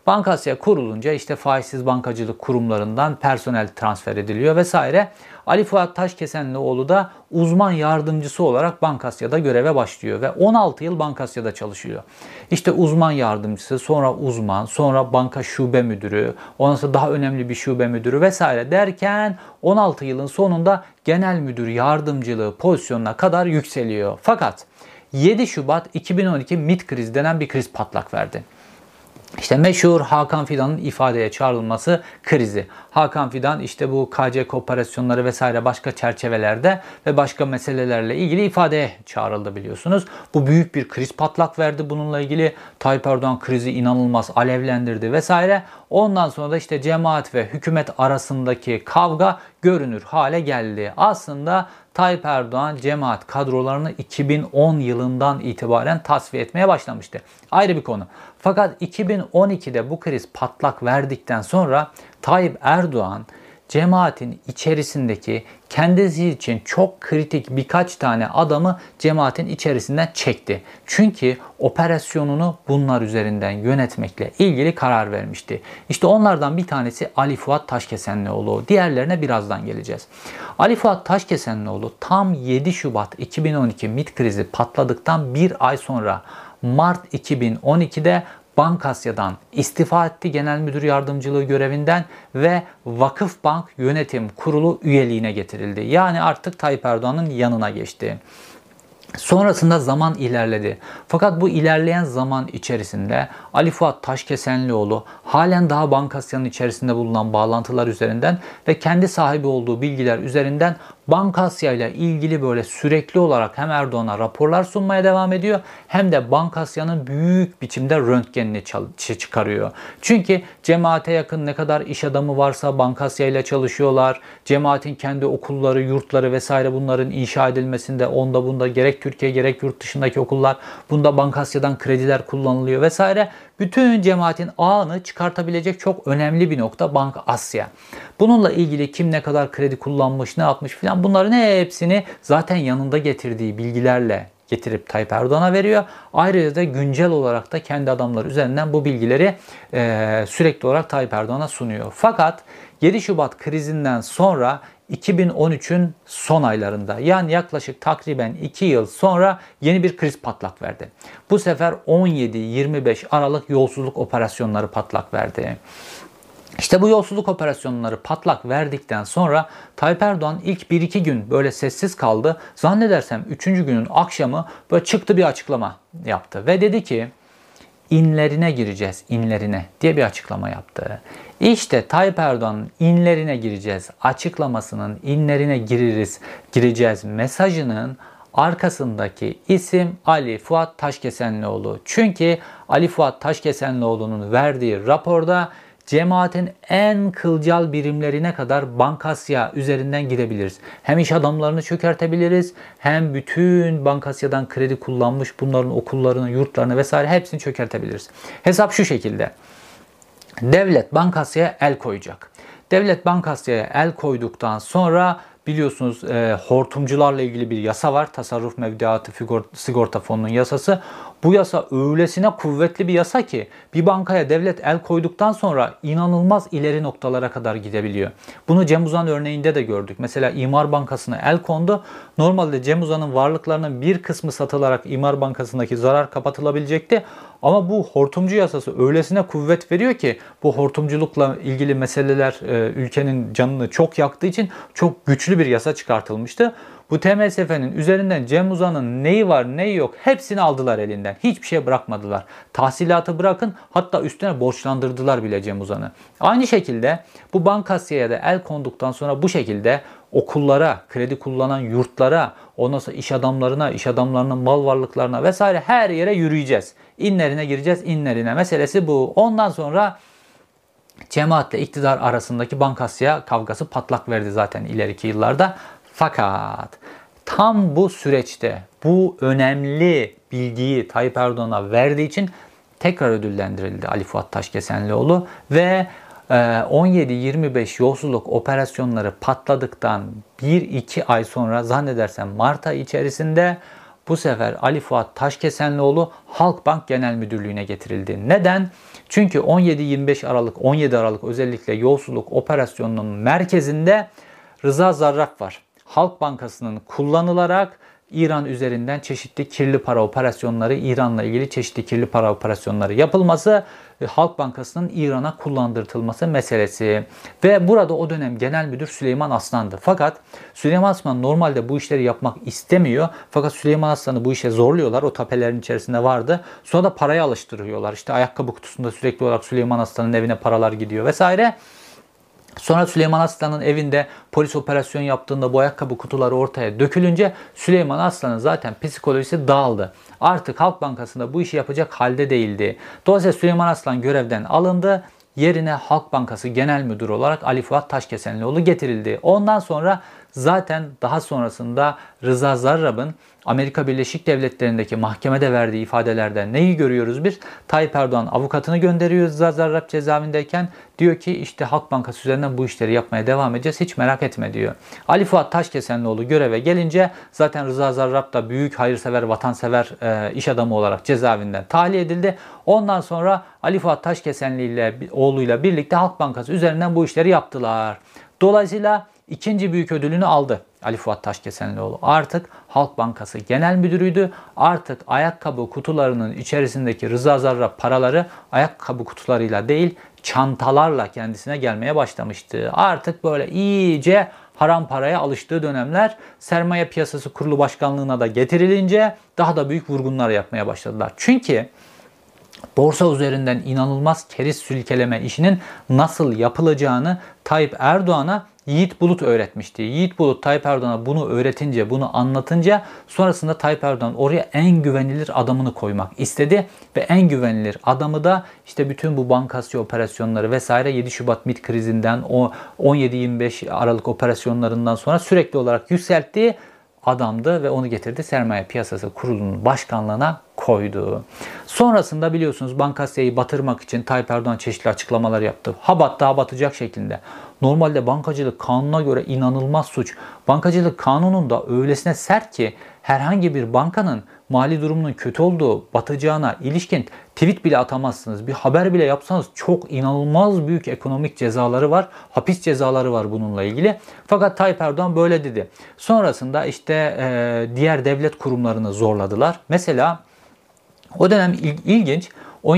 Bankasya kurulunca işte faizsiz bankacılık kurumlarından personel transfer ediliyor vesaire. Ali Fuat Taşkesenlioğlu da uzman yardımcısı olarak Bankasya'da göreve başlıyor ve 16 yıl Bankasya'da çalışıyor. İşte uzman yardımcısı, sonra uzman, sonra banka şube müdürü, ondan sonra daha önemli bir şube müdürü vesaire derken 16 yılın sonunda genel müdür yardımcılığı pozisyonuna kadar yükseliyor. Fakat 7 Şubat 2012 MİT krizi denen bir kriz patlak verdi. İşte meşhur Hakan Fidan'ın ifadeye çağrılması krizi. Hakan Fidan işte bu KCK operasyonları vesaire başka çerçevelerde ve başka meselelerle ilgili ifadeye çağrıldı biliyorsunuz. Bu büyük bir kriz patlak verdi bununla ilgili. Tayyip Erdoğan krizi inanılmaz alevlendirdi vesaire. Ondan sonra da işte cemaat ve hükümet arasındaki kavga görünür hale geldi. Aslında Tayyip Erdoğan cemaat kadrolarını 2010 yılından itibaren tasfiye etmeye başlamıştı. Ayrı bir konu. Fakat 2012'de bu kriz patlak verdikten sonra Tayyip Erdoğan cemaatin içerisindeki kendisi için çok kritik birkaç tane adamı cemaatin içerisinden çekti. Çünkü operasyonunu bunlar üzerinden yönetmekle ilgili karar vermişti. İşte onlardan bir tanesi Ali Fuat Taşkesenlioğlu. Diğerlerine birazdan geleceğiz. Ali Fuat Taşkesenlioğlu tam 7 Şubat 2012 MİT krizi patladıktan bir ay sonra Mart 2012'de Bankasya'dan istifa etti, genel müdür yardımcılığı görevinden ve Vakıfbank Yönetim Kurulu üyeliğine getirildi. Yani artık Tayyip Erdoğan'ın yanına geçti. Sonrasında zaman ilerledi. Fakat bu ilerleyen zaman içerisinde Ali Fuat Taşkesenlioğlu halen daha Bankasya'nın içerisinde bulunan bağlantılar üzerinden ve kendi sahibi olduğu bilgiler üzerinden Bankasya ile ilgili böyle sürekli olarak hem Erdoğan'a raporlar sunmaya devam ediyor hem de Bankasya'nın büyük biçimde röntgenini çıkarıyor. Çünkü cemaate yakın ne kadar iş adamı varsa Bankasya ile çalışıyorlar. Cemaatin kendi okulları, yurtları vesaire bunların inşa edilmesinde onda bunda gerek Türkiye gerek yurt dışındaki okullar bunda Bankasya'dan krediler kullanılıyor vesaire. Bütün cemaatin ağını çıkartabilecek çok önemli bir nokta Bankasya. Bununla ilgili kim ne kadar kredi kullanmış, ne yapmış filan bunların hepsini zaten yanında getirdiği bilgilerle getirip Tayyip Erdoğan'a veriyor. Ayrıca da güncel olarak da kendi adamları üzerinden bu bilgileri sürekli olarak Tayyip Erdoğan'a sunuyor. Fakat 7 Şubat krizinden sonra 2013'ün son aylarında yani yaklaşık takriben 2 yıl sonra yeni bir kriz patlak verdi. Bu sefer 17-25 Aralık yolsuzluk operasyonları patlak verdi. İşte bu yolsuzluk operasyonları patlak verdikten sonra Tayyip Erdoğan ilk 1-2 gün böyle sessiz kaldı. Zannedersem 3. günün akşamı böyle çıktı bir açıklama yaptı ve dedi ki inlerine gireceğiz, inlerine diye bir açıklama yaptı. İşte Tayyip Erdoğan'ın inlerine gireceğiz açıklamasının inlerine gireceğiz mesajının arkasındaki isim Ali Fuat Taşkesenlioğlu. Çünkü Ali Fuat Taşkesenlioğlu'nun verdiği raporda cemaatin en kılcal birimlerine kadar Bankasya üzerinden gidebiliriz. Hem iş adamlarını çökertebiliriz hem bütün Bankasya'dan kredi kullanmış bunların okullarını, yurtlarını vesaire hepsini çökertebiliriz. Hesap şu şekilde. Devlet Bankasya'ya el koyacak. Devlet Bankasya'ya el koyduktan sonra biliyorsunuz hortumcularla ilgili bir yasa var. Tasarruf Mevduatı Sigorta Fonu'nun yasası. Bu yasa öylesine kuvvetli bir yasa ki bir bankaya devlet el koyduktan sonra inanılmaz ileri noktalara kadar gidebiliyor. Bunu Cem Uzan örneğinde de gördük. Mesela İmar Bankası'na el kondu. Normalde Cem Uzan'ın varlıklarının bir kısmı satılarak İmar Bankası'ndaki zarar kapatılabilecekti. Ama bu hortumcu yasası öylesine kuvvet veriyor ki bu hortumculukla ilgili meseleler ülkenin canını çok yaktığı için çok güçlü bir yasa çıkartılmıştı. Bu TMSF'nin üzerinden Cem Uzan'ın neyi var neyi yok hepsini aldılar elinden. Hiçbir şey bırakmadılar. Tahsilatı bırakın hatta üstüne borçlandırdılar bile Cem Uzan'ı. Aynı şekilde bu Bankasya'ya da el konduktan sonra bu şekilde okullara, kredi kullanan yurtlara, ondan sonra iş adamlarına, iş adamlarının mal varlıklarına vesaire her yere yürüyeceğiz. İnlerine gireceğiz, inlerine. Meselesi bu. Ondan sonra cemaatle iktidar arasındaki Bankasya kavgası patlak verdi zaten ileriki yıllarda. Fakat tam bu süreçte bu önemli bilgiyi Tayyip Erdoğan'a verdiği için tekrar ödüllendirildi Ali Fuat Taşkesenlioğlu ve 17-25 yolsuzluk operasyonları patladıktan 1-2 ay sonra zannedersem Mart ayı içerisinde bu sefer Ali Fuat Taşkesenlioğlu Halkbank Genel Müdürlüğü'ne getirildi. Neden? Çünkü 17-25 Aralık, 17 Aralık özellikle yolsuzluk operasyonunun merkezinde Rıza Zarrab var. Halk Bankası'nın kullanılarak İran üzerinden çeşitli kirli para operasyonları, İran'la ilgili çeşitli kirli para operasyonları yapılması, Halk Bankası'nın İran'a kullandırtılması meselesi. Ve burada o dönem genel müdür Süleyman Aslan'dı. Fakat Süleyman Aslan normalde bu işleri yapmak istemiyor. Fakat Süleyman Aslan'ı bu işe zorluyorlar. O tapelerin içerisinde vardı. Sonra da paraya alıştırıyorlar. İşte ayakkabı kutusunda sürekli olarak Süleyman Aslan'ın evine paralar gidiyor vesaire. Sonra Süleyman Aslan'ın evinde polis operasyon yaptığında bu ayakkabı kutuları ortaya dökülünce Süleyman Aslan'ın zaten psikolojisi dağıldı. Artık Halk Bankası'nda bu işi yapacak halde değildi. Dolayısıyla Süleyman Aslan görevden alındı. Yerine Halk Bankası Genel Müdürü olarak Ali Fuat Taşkesenlioğlu getirildi. Ondan sonra zaten daha sonrasında Rıza Zarrab'ın Amerika Birleşik Devletleri'ndeki mahkemede verdiği ifadelerden neyi görüyoruz biz? Tayyip Erdoğan avukatını gönderiyor Rıza Zarrab cezaevindeyken. Diyor ki işte Halk Bankası üzerinden bu işleri yapmaya devam edeceğiz. Hiç merak etme diyor. Ali Fuat Taşkesenlioğlu göreve gelince zaten Rıza Zarrab da büyük hayırsever, vatansever iş adamı olarak cezaevinden tahliye edildi. Ondan sonra Ali Fuat Taşkesenlioğlu'yla birlikte Halk Bankası üzerinden bu işleri yaptılar. Dolayısıyla İkinci büyük ödülünü aldı Ali Fuat Taşkesenlioğlu. Artık Halk Bankası Genel Müdürüydü. Artık ayakkabı kutularının içerisindeki Rıza Zarrab paraları ayakkabı kutularıyla değil çantalarla kendisine gelmeye başlamıştı. Artık böyle iyice haram paraya alıştığı dönemler, Sermaye Piyasası Kurulu Başkanlığı'na da getirilince daha da büyük vurgunlar yapmaya başladılar. Çünkü borsa üzerinden inanılmaz keriz sülkeleme işinin nasıl yapılacağını Tayyip Erdoğan'a Yiğit Bulut öğretmişti. Yiğit Bulut Tayyip Erdoğan'a bunu öğretince, bunu anlatınca sonrasında Tayyip Erdoğan oraya en güvenilir adamını koymak istedi. Ve en güvenilir adamı da işte bütün bu bankasya operasyonları vesaire 7 Şubat MİT krizinden o 17-25 Aralık operasyonlarından sonra sürekli olarak yükselttiği adamdı ve onu getirdi Sermaye Piyasası Kurulu'nun başkanlığına koydu. Sonrasında biliyorsunuz bankasyayı batırmak için Tayyip Erdoğan çeşitli açıklamalar yaptı. Ha battı ha batacak şeklinde. Normalde bankacılık kanununa göre inanılmaz suç. Bankacılık kanununda öylesine sert ki herhangi bir bankanın mali durumunun kötü olduğu, batacağına ilişkin tweet bile atamazsınız. Bir haber bile yapsanız çok inanılmaz büyük ekonomik cezaları var. Hapis cezaları var bununla ilgili. Fakat Tayyip Erdoğan böyle dedi. Sonrasında işte diğer devlet kurumlarını zorladılar. Mesela o dönem ilginç.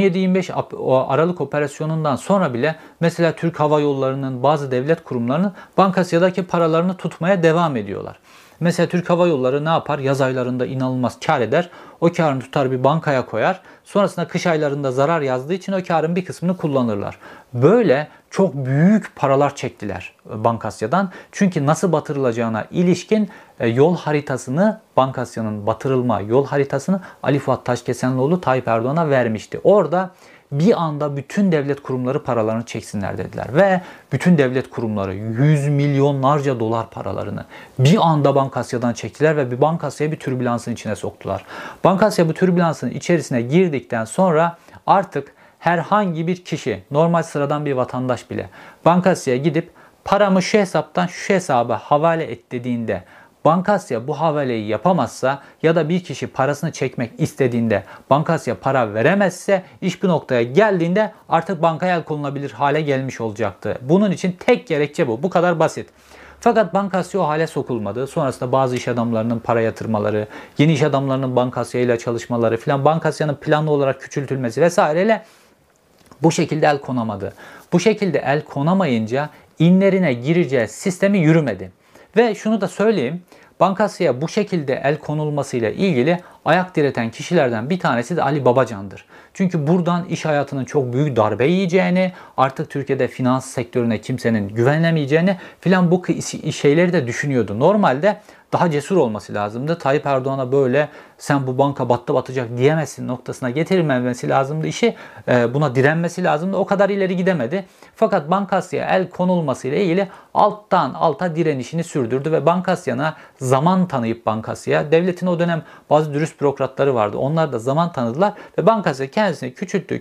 17-25 Aralık operasyonundan sonra bile mesela Türk Hava Yolları'nın bazı devlet kurumlarının bankasyadaki paralarını tutmaya devam ediyorlar. Mesela Türk Hava Yolları ne yapar? Yaz aylarında inanılmaz kar eder. O karını tutar bir bankaya koyar. Sonrasında kış aylarında zarar yazdığı için o karın bir kısmını kullanırlar. Böyle çok büyük paralar çektiler Bankasyadan. Çünkü nasıl batırılacağına ilişkin yol haritasını, Bankasya'nın batırılma yol haritasını Ali Fuat Taşkesenlioğlu Tayyip Erdoğan'a vermişti. Orada bir anda bütün devlet kurumları paralarını çeksinler dediler. Ve bütün devlet kurumları 100 milyonlarca dolar paralarını bir anda Bankasya'dan çektiler ve bir Bankasya'yı bir türbülansın içine soktular. Bankasya bu türbülansın içerisine girdikten sonra artık herhangi bir kişi, normal sıradan bir vatandaş bile Bankasya'ya gidip paramı şu hesaptan şu hesaba havale et dediğinde Bankasya bu havaleyi yapamazsa ya da bir kişi parasını çekmek istediğinde Bankasya para veremezse iş bu noktaya geldiğinde artık bankaya el konulabilir hale gelmiş olacaktı. Bunun için tek gerekçe bu. Bu kadar basit. Fakat Bankasya o hale sokulmadı. Sonrasında bazı iş adamlarının para yatırmaları, yeni iş adamlarının Bankasya ile çalışmaları filan, Bankasya'nın planlı olarak küçültülmesi vesaireyle bu şekilde el konamadı. Bu şekilde el konamayınca inlerine gireceği sistemi yürümedi. Ve şunu da söyleyeyim, Bankasya'ya bu şekilde el konulmasıyla ilgili ayak direten kişilerden bir tanesi de Ali Babacan'dır. Çünkü buradan iş hayatının çok büyük darbe yiyeceğini, artık Türkiye'de finans sektörüne kimsenin güvenemeyeceğini filan bu şeyleri de düşünüyordu. Normalde daha cesur olması lazımdı. Tayyip Erdoğan'a böyle sen bu banka battı batacak diyemezsin noktasına getirilmemesi lazımdı. İşi buna direnmesi lazımdı. O kadar ileri gidemedi. Fakat Bankasya'ya el konulmasıyla ilgili alttan alta direnişini sürdürdü ve Bankasya'na zaman tanıyıp Bankasya'ya, devletin o dönem bazı dürüst bürokratları vardı. Onlar da zaman tanıdılar ve Bankasya kendisini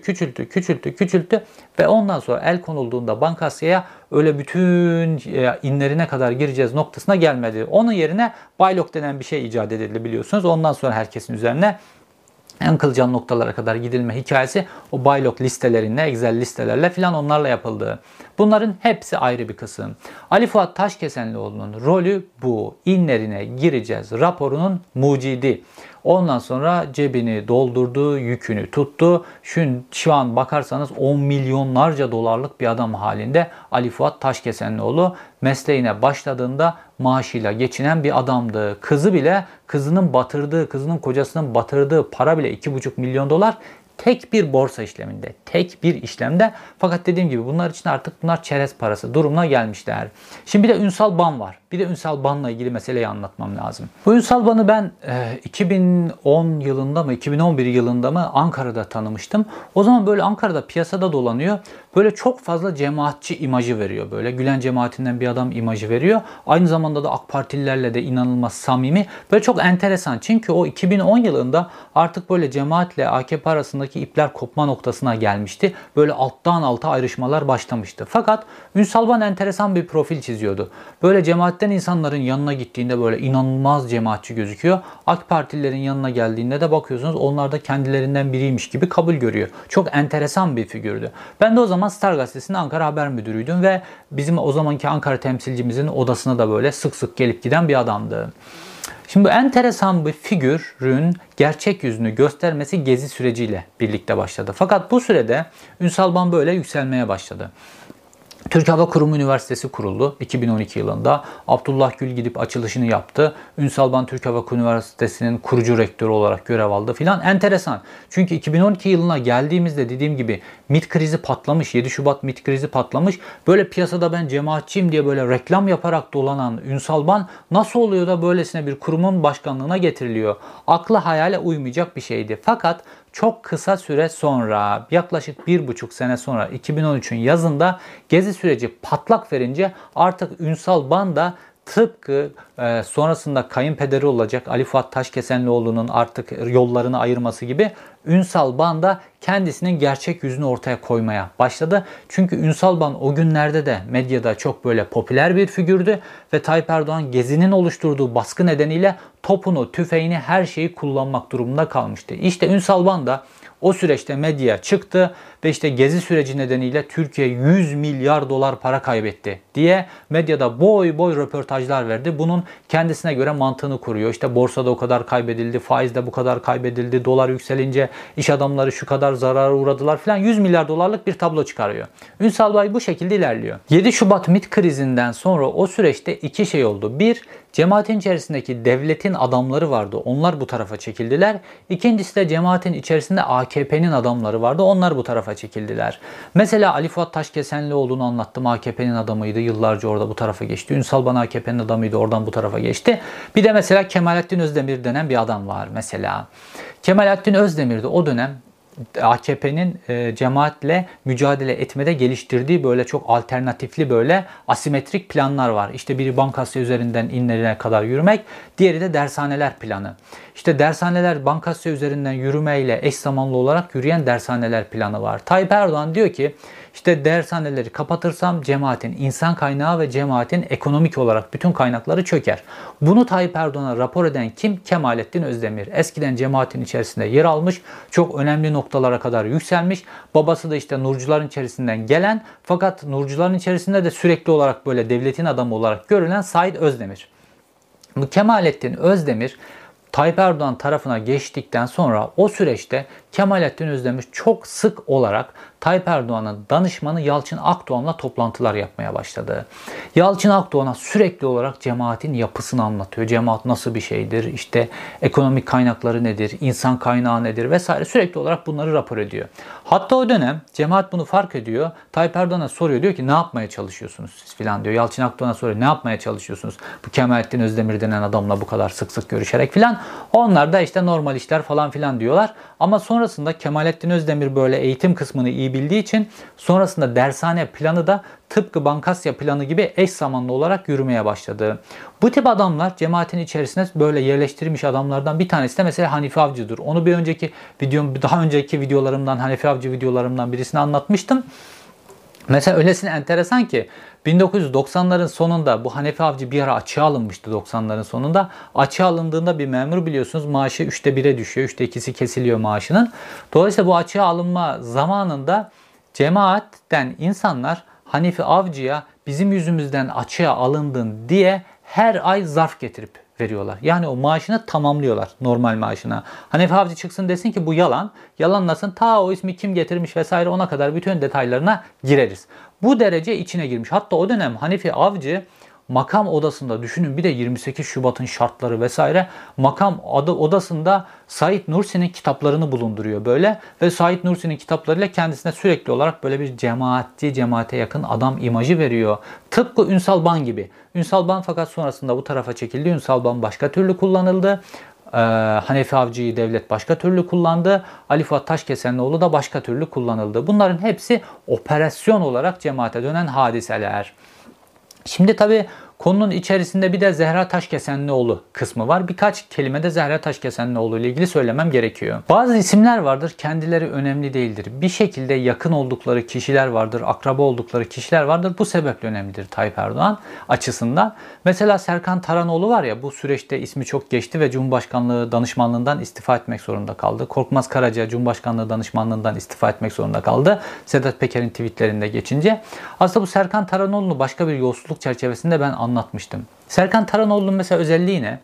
küçülttü ve ondan sonra el konulduğunda Bankasya'ya öyle bütün inlerine kadar gireceğiz noktasına gelmedi. Onun yerine Baylok denen bir şey icat edildi biliyorsunuz. Ondan sonra herkesin üzerine en kılcal noktalara kadar gidilme hikayesi o Baylok listelerinle, Excel listelerle filan onlarla yapıldı. Bunların hepsi ayrı bir kısım. Ali Fuat Taşkesenlioğlu'nun rolü bu. İnlerine gireceğiz raporunun mucidi. Ondan sonra cebini doldurdu, yükünü tuttu. Şu an bakarsanız 10 milyonlarca dolarlık bir adam halinde Ali Fuat Taşkesenlioğlu mesleğine başladığında maaşıyla geçinen bir adamdı. Kızının kocasının batırdığı para bile 2,5 milyon dolar. Tek bir borsa işleminde, tek bir işlemde. Fakat dediğim gibi bunlar için artık bunlar çerez parası durumuna gelmişler. Şimdi bir de Ünsal Ban var. Bir de Ünsal Ban'la ilgili meseleyi anlatmam lazım. Bu Ünsal Ban'ı ben 2010 yılında mı 2011 yılında mı Ankara'da tanımıştım. O zaman böyle Ankara'da piyasada dolanıyor. Böyle çok fazla cemaatçi imajı veriyor. Böyle Gülen cemaatinden bir adam imajı veriyor. Aynı zamanda da AK Partililerle de inanılmaz samimi. Böyle çok enteresan. Çünkü o 2010 yılında artık böyle cemaatle AKP arasındaki ipler kopma noktasına gelmişti. Böyle alttan alta ayrışmalar başlamıştı. Fakat Ünsal Ban enteresan bir profil çiziyordu. Böyle cemaatten insanların yanına gittiğinde böyle inanılmaz cemaatçi gözüküyor. AK Partililerin yanına geldiğinde de bakıyorsunuz onlar da kendilerinden biriymiş gibi kabul görüyor. Çok enteresan bir figürdü. Ben de o zaman Star Gazetesi'nin Ankara Haber Müdürüydüm ve bizim o zamanki Ankara temsilcimizin odasına da böyle sık sık gelip giden bir adamdı. Şimdi bu enteresan bir figürün gerçek yüzünü göstermesi gezi süreciyle birlikte başladı. Fakat bu sürede Ünsal Ban böyle yükselmeye başladı. Türk Hava Kurumu Üniversitesi kuruldu 2012 yılında. Abdullah Gül gidip açılışını yaptı. Ünsal Ban Türk Hava Kurumu Üniversitesi'nin kurucu rektörü olarak görev aldı filan. Enteresan. Çünkü 2012 yılına geldiğimizde dediğim gibi MİT krizi patlamış. 7 Şubat MİT krizi patlamış. Böyle piyasada ben cemaatçiyim diye böyle reklam yaparak dolanan Ünsal Ban nasıl oluyor da böylesine bir kurumun başkanlığına getiriliyor? Akla hayale uymayacak bir şeydi. Fakat çok kısa süre sonra, yaklaşık 1,5 sene sonra 2013'ün yazında gezi süreci patlak verince artık Ünsal Ban da tıpkı sonrasında kayınpederi olacak Ali Fuat Taşkesenlioğlu'nun artık yollarını ayırması gibi Ünsal Ban da kendisinin gerçek yüzünü ortaya koymaya başladı. Çünkü Ünsal Ban o günlerde de medyada çok böyle popüler bir figürdü ve Tayyip Erdoğan Gezi'nin oluşturduğu baskı nedeniyle topunu, tüfeğini, her şeyi kullanmak durumunda kalmıştı. İşte Ünsal Ban da o süreçte medyaya çıktı ve işte Gezi süreci nedeniyle Türkiye 100 milyar dolar para kaybetti diye medyada boy boy röportajlar verdi. Bunun kendisine göre mantığını kuruyor. İşte borsada o kadar kaybedildi, faizde bu kadar kaybedildi, dolar yükselince iş adamları şu kadar zarara uğradılar falan 100 milyar dolarlık bir tablo çıkarıyor. Ünsal Bay bu şekilde ilerliyor. 7 Şubat MİT krizinden sonra o süreçte iki şey oldu. Bir, cemaatin içerisindeki devletin adamları vardı. Onlar bu tarafa çekildiler. İkincisi de cemaatin içerisinde AKP'nin adamları vardı. Onlar bu tarafa çekildiler. Mesela Ali Fuat Taşkesenlioğlu'nu anlattım. AKP'nin adamıydı. Yıllarca orada bu tarafa geçti. Ünsal Ban AKP'nin adamıydı. Oradan bu tarafa geçti. Bir de mesela Kemalettin Özdemir denen bir adam var mesela. Kemalettin Özdemir de o dönem AKP'nin cemaatle mücadele etmede geliştirdiği böyle çok alternatifli böyle asimetrik planlar var. İşte biri Bankasya üzerinden inlerine kadar yürümek, diğeri de dershaneler planı. İşte dershaneler Bankasya üzerinden yürümeyle eş zamanlı olarak yürüyen dershaneler planı var. Tayyip Erdoğan diyor ki işte dershaneleri kapatırsam cemaatin insan kaynağı ve cemaatin ekonomik olarak bütün kaynakları çöker. Bunu Tayyip Erdoğan'a rapor eden kim? Kemalettin Özdemir. Eskiden cemaatin içerisinde yer almış, çok önemli noktalara kadar yükselmiş. Babası da işte Nurcuların içerisinden gelen fakat Nurcuların içerisinde de sürekli olarak böyle devletin adamı olarak görülen Said Özdemir. Bu Kemalettin Özdemir Tayyip Erdoğan tarafına geçtikten sonra o süreçte Kemalettin Özdemir çok sık olarak Tayyip Erdoğan'ın danışmanı Yalçın Akdoğan'la toplantılar yapmaya başladı. Yalçın Akdoğan'a sürekli olarak cemaatin yapısını anlatıyor. Cemaat nasıl bir şeydir, işte ekonomik kaynakları nedir, insan kaynağı nedir vesaire sürekli olarak bunları rapor ediyor. Hatta o dönem cemaat bunu fark ediyor. Tayyip Erdoğan'a soruyor, diyor ki ne yapmaya çalışıyorsunuz siz filan diyor. Yalçın Akdoğan'a soruyor, ne yapmaya çalışıyorsunuz bu Kemalettin Özdemir denen adamla bu kadar sık sık görüşerek filan. Onlar da işte normal işler falan filan diyorlar. Ama sonrasında Kemalettin Özdemir böyle eğitim kısmını iyi bildiği için sonrasında dershane planı da tıpkı Bankasya planı gibi eş zamanlı olarak yürümeye başladı. Bu tip adamlar cemaatin içerisine böyle yerleştirilmiş adamlardan bir tanesi de mesela Hanifi Avcı'dır. Onu daha önceki videolarımdan, Hanifi Avcı videolarımdan birisini anlatmıştım. Mesela öylesine enteresan ki 1990'ların sonunda bu Hanefi Avcı bir ara açığa alınmıştı 90'ların sonunda. Açığa alındığında bir memur biliyorsunuz maaşı 1/3'e düşüyor. 2/3'ü kesiliyor maaşının. Dolayısıyla bu açığa alınma zamanında cemaatten insanlar Hanefi Avcı'ya bizim yüzümüzden açığa alındın diye her ay zarf getirip veriyorlar. Yani o maaşını tamamlıyorlar normal maaşına. Hanefi Avcı çıksın desin ki bu yalan. Yalanlasın ta o ismi kim getirmiş vesaire ona kadar bütün detaylarına gireriz. Bu derece içine girmiş. Hatta o dönem Hanefi Avcı makam odasında düşünün bir de 28 Şubat'ın şartları vesaire makam odasında Said Nursi'nin kitaplarını bulunduruyor böyle ve Said Nursi'nin kitaplarıyla kendisine sürekli olarak böyle bir cemaatçi, cemaate yakın adam imajı veriyor. Tıpkı Ünsal Ban gibi. Ünsal Ban fakat sonrasında bu tarafa çekildi. Ünsal Ban başka türlü kullanıldı. Hanefi Avcı'yı devlet başka türlü kullandı. Ali Fuat Taşkesenlioğlu da başka türlü kullanıldı. Bunların hepsi operasyon olarak cemaate dönen hadiseler. Şimdi tabii konunun içerisinde bir de Zehra Taşkesenlioğlu kısmı var. Birkaç kelime de Zehra Taşkesenlioğlu ile ilgili söylemem gerekiyor. Bazı isimler vardır, kendileri önemli değildir. Bir şekilde yakın oldukları kişiler vardır, akraba oldukları kişiler vardır. Bu sebeple önemlidir Tayyip Erdoğan açısından. Mesela Serkan Taranoğlu var ya, bu süreçte ismi çok geçti ve Cumhurbaşkanlığı danışmanlığından istifa etmek zorunda kaldı. Korkmaz Karaca Cumhurbaşkanlığı danışmanlığından istifa etmek zorunda kaldı. Sedat Peker'in tweetlerinde geçince. Aslında bu Serkan Taranoğlu'nu başka bir yolsuzluk çerçevesinde ben anlatmıştım. Serkan Taranoğlu'nun mesela özelliği ne?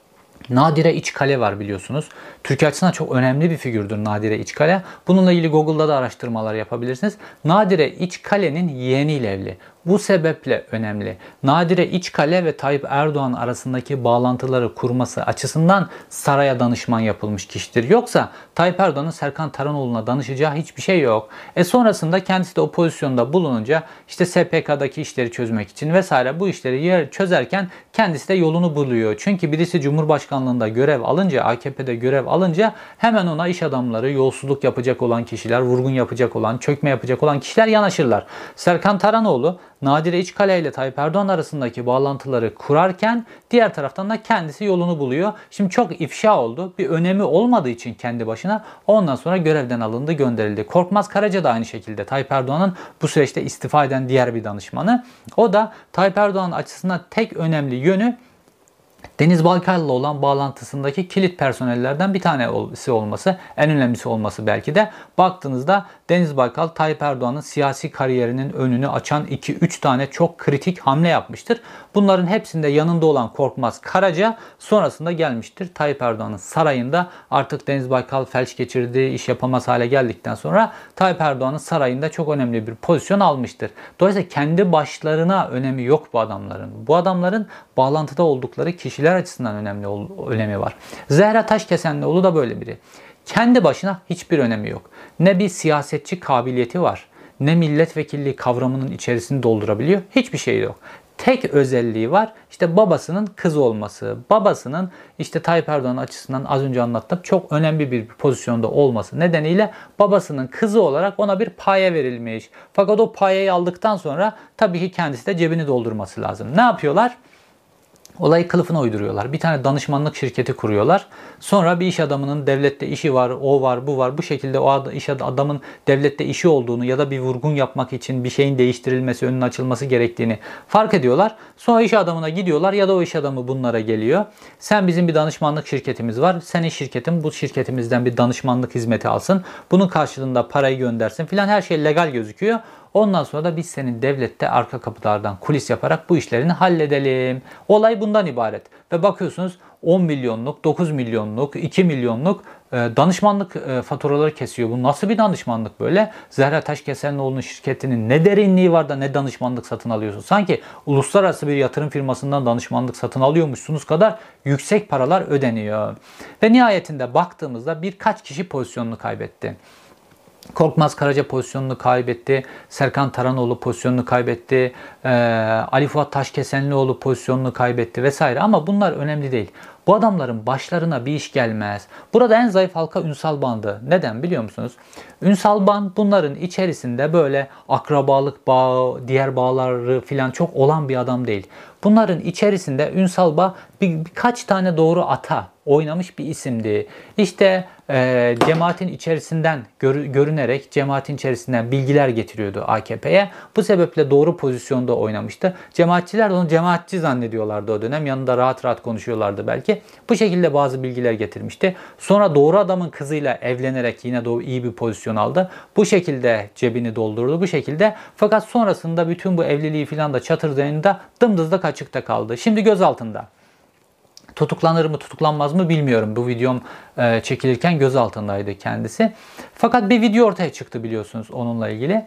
Nadire İçkale var biliyorsunuz. Türkiye açısından çok önemli bir figürdür Nadire İçkale. Bununla ilgili Google'da da araştırmalar yapabilirsiniz. Nadire İçkale'nin yeğeniyle evli. Bu sebeple önemli. Nadire İçkale ve Tayyip Erdoğan arasındaki bağlantıları kurması açısından saraya danışman yapılmış kişidir. Yoksa Tayyip Erdoğan'ın Serkan Taranoğlu'na danışacağı hiçbir şey yok. Sonrasında kendisi de o pozisyonda bulununca işte SPK'daki işleri çözmek için vesaire bu işleri çözerken kendisi de yolunu buluyor. Çünkü birisi Cumhurbaşkanlığında görev alınca, AKP'de görev alınca hemen ona iş adamları, yolsuzluk yapacak olan kişiler, vurgun yapacak olan, çökme yapacak olan kişiler yanaşırlar. Serkan Taranoğlu Nadire İçkale ile Tayyip Erdoğan arasındaki bağlantıları kurarken diğer taraftan da kendisi yolunu buluyor. Şimdi çok ifşa oldu. Bir önemi olmadığı için kendi başına ondan sonra görevden alındı, gönderildi. Korkmaz Karaca da aynı şekilde Tayyip Erdoğan'ın bu süreçte istifa eden diğer bir danışmanı. O da Tayyip Erdoğan açısından tek önemli yönü Deniz Baykal'la olan bağlantısındaki kilit personellerden bir tanesi olması, en önemlisi olması belki de. Baktığınızda Deniz Baykal, Tayyip Erdoğan'ın siyasi kariyerinin önünü açan 2-3 tane çok kritik hamle yapmıştır. Bunların hepsinde yanında olan Korkmaz Karaca sonrasında gelmiştir. Tayyip Erdoğan'ın sarayında artık Deniz Baykal felç geçirdi, iş yapamaz hale geldikten sonra Tayyip Erdoğan'ın sarayında çok önemli bir pozisyon almıştır. Dolayısıyla kendi başlarına önemi yok bu adamların. Bu adamların bağlantıda oldukları kişiler açısından önemi var. Zehra Taşkesenlioğlu da böyle biri. Kendi başına hiçbir önemi yok. Ne bir siyasetçi kabiliyeti var, ne milletvekilliği kavramının içerisini doldurabiliyor. Hiçbir şey yok. Tek özelliği var. İşte babasının kızı olması. Babasının işte Tayyip Erdoğan açısından az önce anlattım çok önemli bir pozisyonda olması nedeniyle babasının kızı olarak ona bir paye verilmiş. Fakat o payeyi aldıktan sonra tabii ki kendisi de cebini doldurması lazım. Ne yapıyorlar? Olayı kılıfına uyduruyorlar. Bir tane danışmanlık şirketi kuruyorlar. Sonra bir iş adamının devlette işi var, o var, bu var. Bu şekilde o iş adamın devlette işi olduğunu ya da bir vurgun yapmak için bir şeyin değiştirilmesi, önünün açılması gerektiğini fark ediyorlar. Sonra iş adamına gidiyorlar ya da o iş adamı bunlara geliyor. Sen bizim bir danışmanlık şirketimiz var. Senin şirketin bu şirketimizden bir danışmanlık hizmeti alsın. Bunun karşılığında parayı göndersin filan her şey legal gözüküyor. Ondan sonra da biz senin devlette arka kapılardan kulis yaparak bu işlerini halledelim. Olay bundan ibaret. Ve bakıyorsunuz 10 milyonluk, 9 milyonluk, 2 milyonluk danışmanlık faturaları kesiyor. Bu nasıl bir danışmanlık böyle? Zehra Taşkesenlioğlu'nun şirketinin ne derinliği var da ne danışmanlık satın alıyorsun? Sanki uluslararası bir yatırım firmasından danışmanlık satın alıyormuşsunuz kadar yüksek paralar ödeniyor. Ve nihayetinde baktığımızda birkaç kişi pozisyonunu kaybetti. Korkmaz Karaca pozisyonunu kaybetti. Serkan Taranoğlu pozisyonunu kaybetti. Ali Fuat Taşkesenlioğlu pozisyonunu kaybetti vesaire. Ama bunlar önemli değil. Bu adamların başlarına bir iş gelmez. Burada en zayıf halka Ünsal Ban'dı. Neden biliyor musunuz? Ünsal Ban bunların içerisinde böyle akrabalık bağı, diğer bağları filan çok olan bir adam değil. Bunların içerisinde Ünsal Ban birkaç tane doğru ata oynamış bir isimdi. İşte cemaatin içerisinden görünerek cemaatin içerisinden bilgiler getiriyordu AKP'ye. Bu sebeple doğru pozisyonda oynamıştı. Cemaatçiler de onu cemaatçi zannediyorlardı o dönem. Yanında rahat rahat konuşuyorlardı belki. Bu şekilde bazı bilgiler getirmişti. Sonra doğru adamın kızıyla evlenerek yine de iyi bir pozisyon aldı. Bu şekilde cebini doldurdu bu şekilde. Fakat sonrasında bütün bu evliliği filan da çatırdayında dımdızlak açıkta kaldı. Şimdi gözaltında. Tutuklanır mı tutuklanmaz mı bilmiyorum. Bu videom çekilirken gözaltındaydı kendisi. Fakat bir video ortaya çıktı biliyorsunuz onunla ilgili.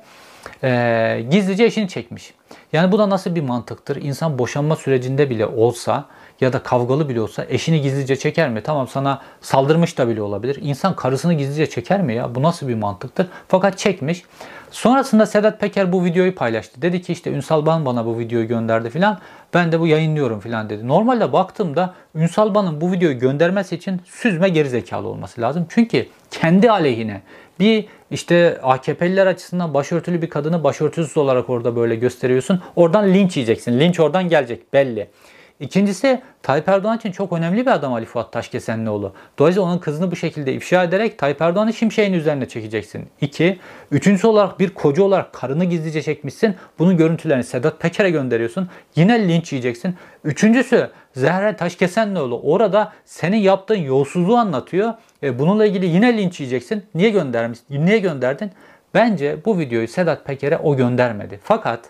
Gizlice eşini çekmiş. Yani bu da nasıl bir mantıktır? İnsan boşanma sürecinde bile olsa ya da kavgalı bile olsa eşini gizlice çeker mi? Tamam, sana saldırmış da bile olabilir. İnsan karısını gizlice çeker mi ya? Bu nasıl bir mantıktır? Fakat çekmiş. Sonrasında Sedat Peker bu videoyu paylaştı. Dedi ki işte Ünsal Ban bana bu videoyu gönderdi filan. Ben de bu yayınlıyorum filan dedi. Normalde baktığımda Ünsal Ban'ın bu videoyu göndermesi için süzme gerizekalı olması lazım. Çünkü kendi aleyhine bir işte AKP'liler açısından başörtülü bir kadını başörtüsüz olarak orada böyle gösteriyorsun. Oradan linç yiyeceksin. Linç oradan gelecek belli. İkincisi, Tayyip Erdoğan için çok önemli bir adam Ali Fuat Taşkesenlioğlu. Dolayısıyla onun kızını bu şekilde ifşa ederek Tayyip Erdoğan'ı şimşeğin üzerine çekeceksin. Üçüncüsü olarak bir koca olarak karını gizlice çekmişsin. Bunun görüntülerini Sedat Peker'e gönderiyorsun. Yine linç yiyeceksin. Üçüncüsü, Zehra Taşkesenlioğlu orada senin yaptığın yolsuzluğu anlatıyor. Bununla ilgili yine linç yiyeceksin. Niye gönderdin? Bence bu videoyu Sedat Peker'e o göndermedi. Fakat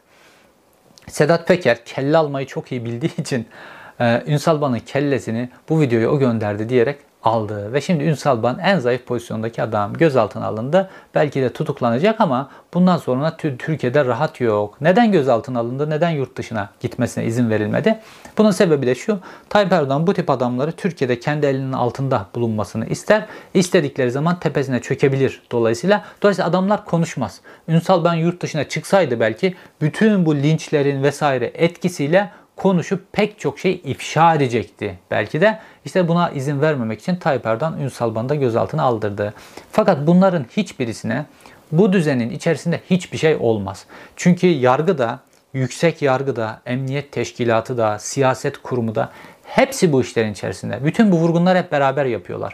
Sedat Peker kelle almayı çok iyi bildiği için Ünsal Ban'ın kellesini bu videoyu o gönderdi diyerek aldı. Ve şimdi Ünsal Ban en zayıf pozisyondaki adam gözaltına alındı. Belki de tutuklanacak ama bundan sonra Türkiye'de rahat yok. Neden gözaltına alındı? Neden yurt dışına gitmesine izin verilmedi? Bunun sebebi de şu: Tayyip Erdoğan bu tip adamları Türkiye'de kendi elinin altında bulunmasını ister. İstedikleri zaman tepesine çökebilir dolayısıyla. Adamlar konuşmaz. Ünsal Ban yurt dışına çıksaydı belki bütün bu linçlerin vesaire etkisiyle konuşup pek çok şey ifşa edecekti. Belki de işte buna izin vermemek için Tayyip Erdoğan Ünsal Ban'ı da gözaltına aldırdı. Fakat bunların hiçbirisine bu düzenin içerisinde hiçbir şey olmaz. Çünkü yargı da, yüksek yargı da, emniyet teşkilatı da, siyaset kurumu da hepsi bu işlerin içerisinde. Bütün bu vurgunlar hep beraber yapıyorlar.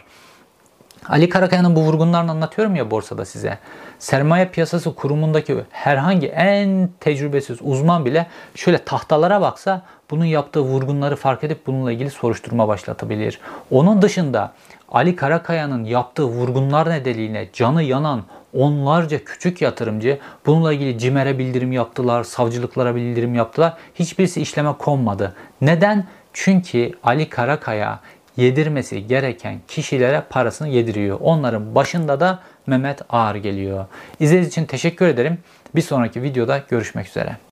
Ali Karakaya'nın bu vurgunlarını anlatıyorum ya borsada size. Sermaye piyasası kurumundaki herhangi en tecrübesiz uzman bile şöyle tahtalara baksa bunun yaptığı vurgunları fark edip bununla ilgili soruşturma başlatabilir. Onun dışında Ali Karakaya'nın yaptığı vurgunlar nedeniyle canı yanan onlarca küçük yatırımcı bununla ilgili CİMER'e bildirim yaptılar, savcılıklara bildirim yaptılar. Hiçbirisi işleme konmadı. Neden? Çünkü Ali Karakaya yedirmesi gereken kişilere parasını yediriyor. Onların başında da Mehmet Ağar geliyor. İzlediğiniz için teşekkür ederim. Bir sonraki videoda görüşmek üzere.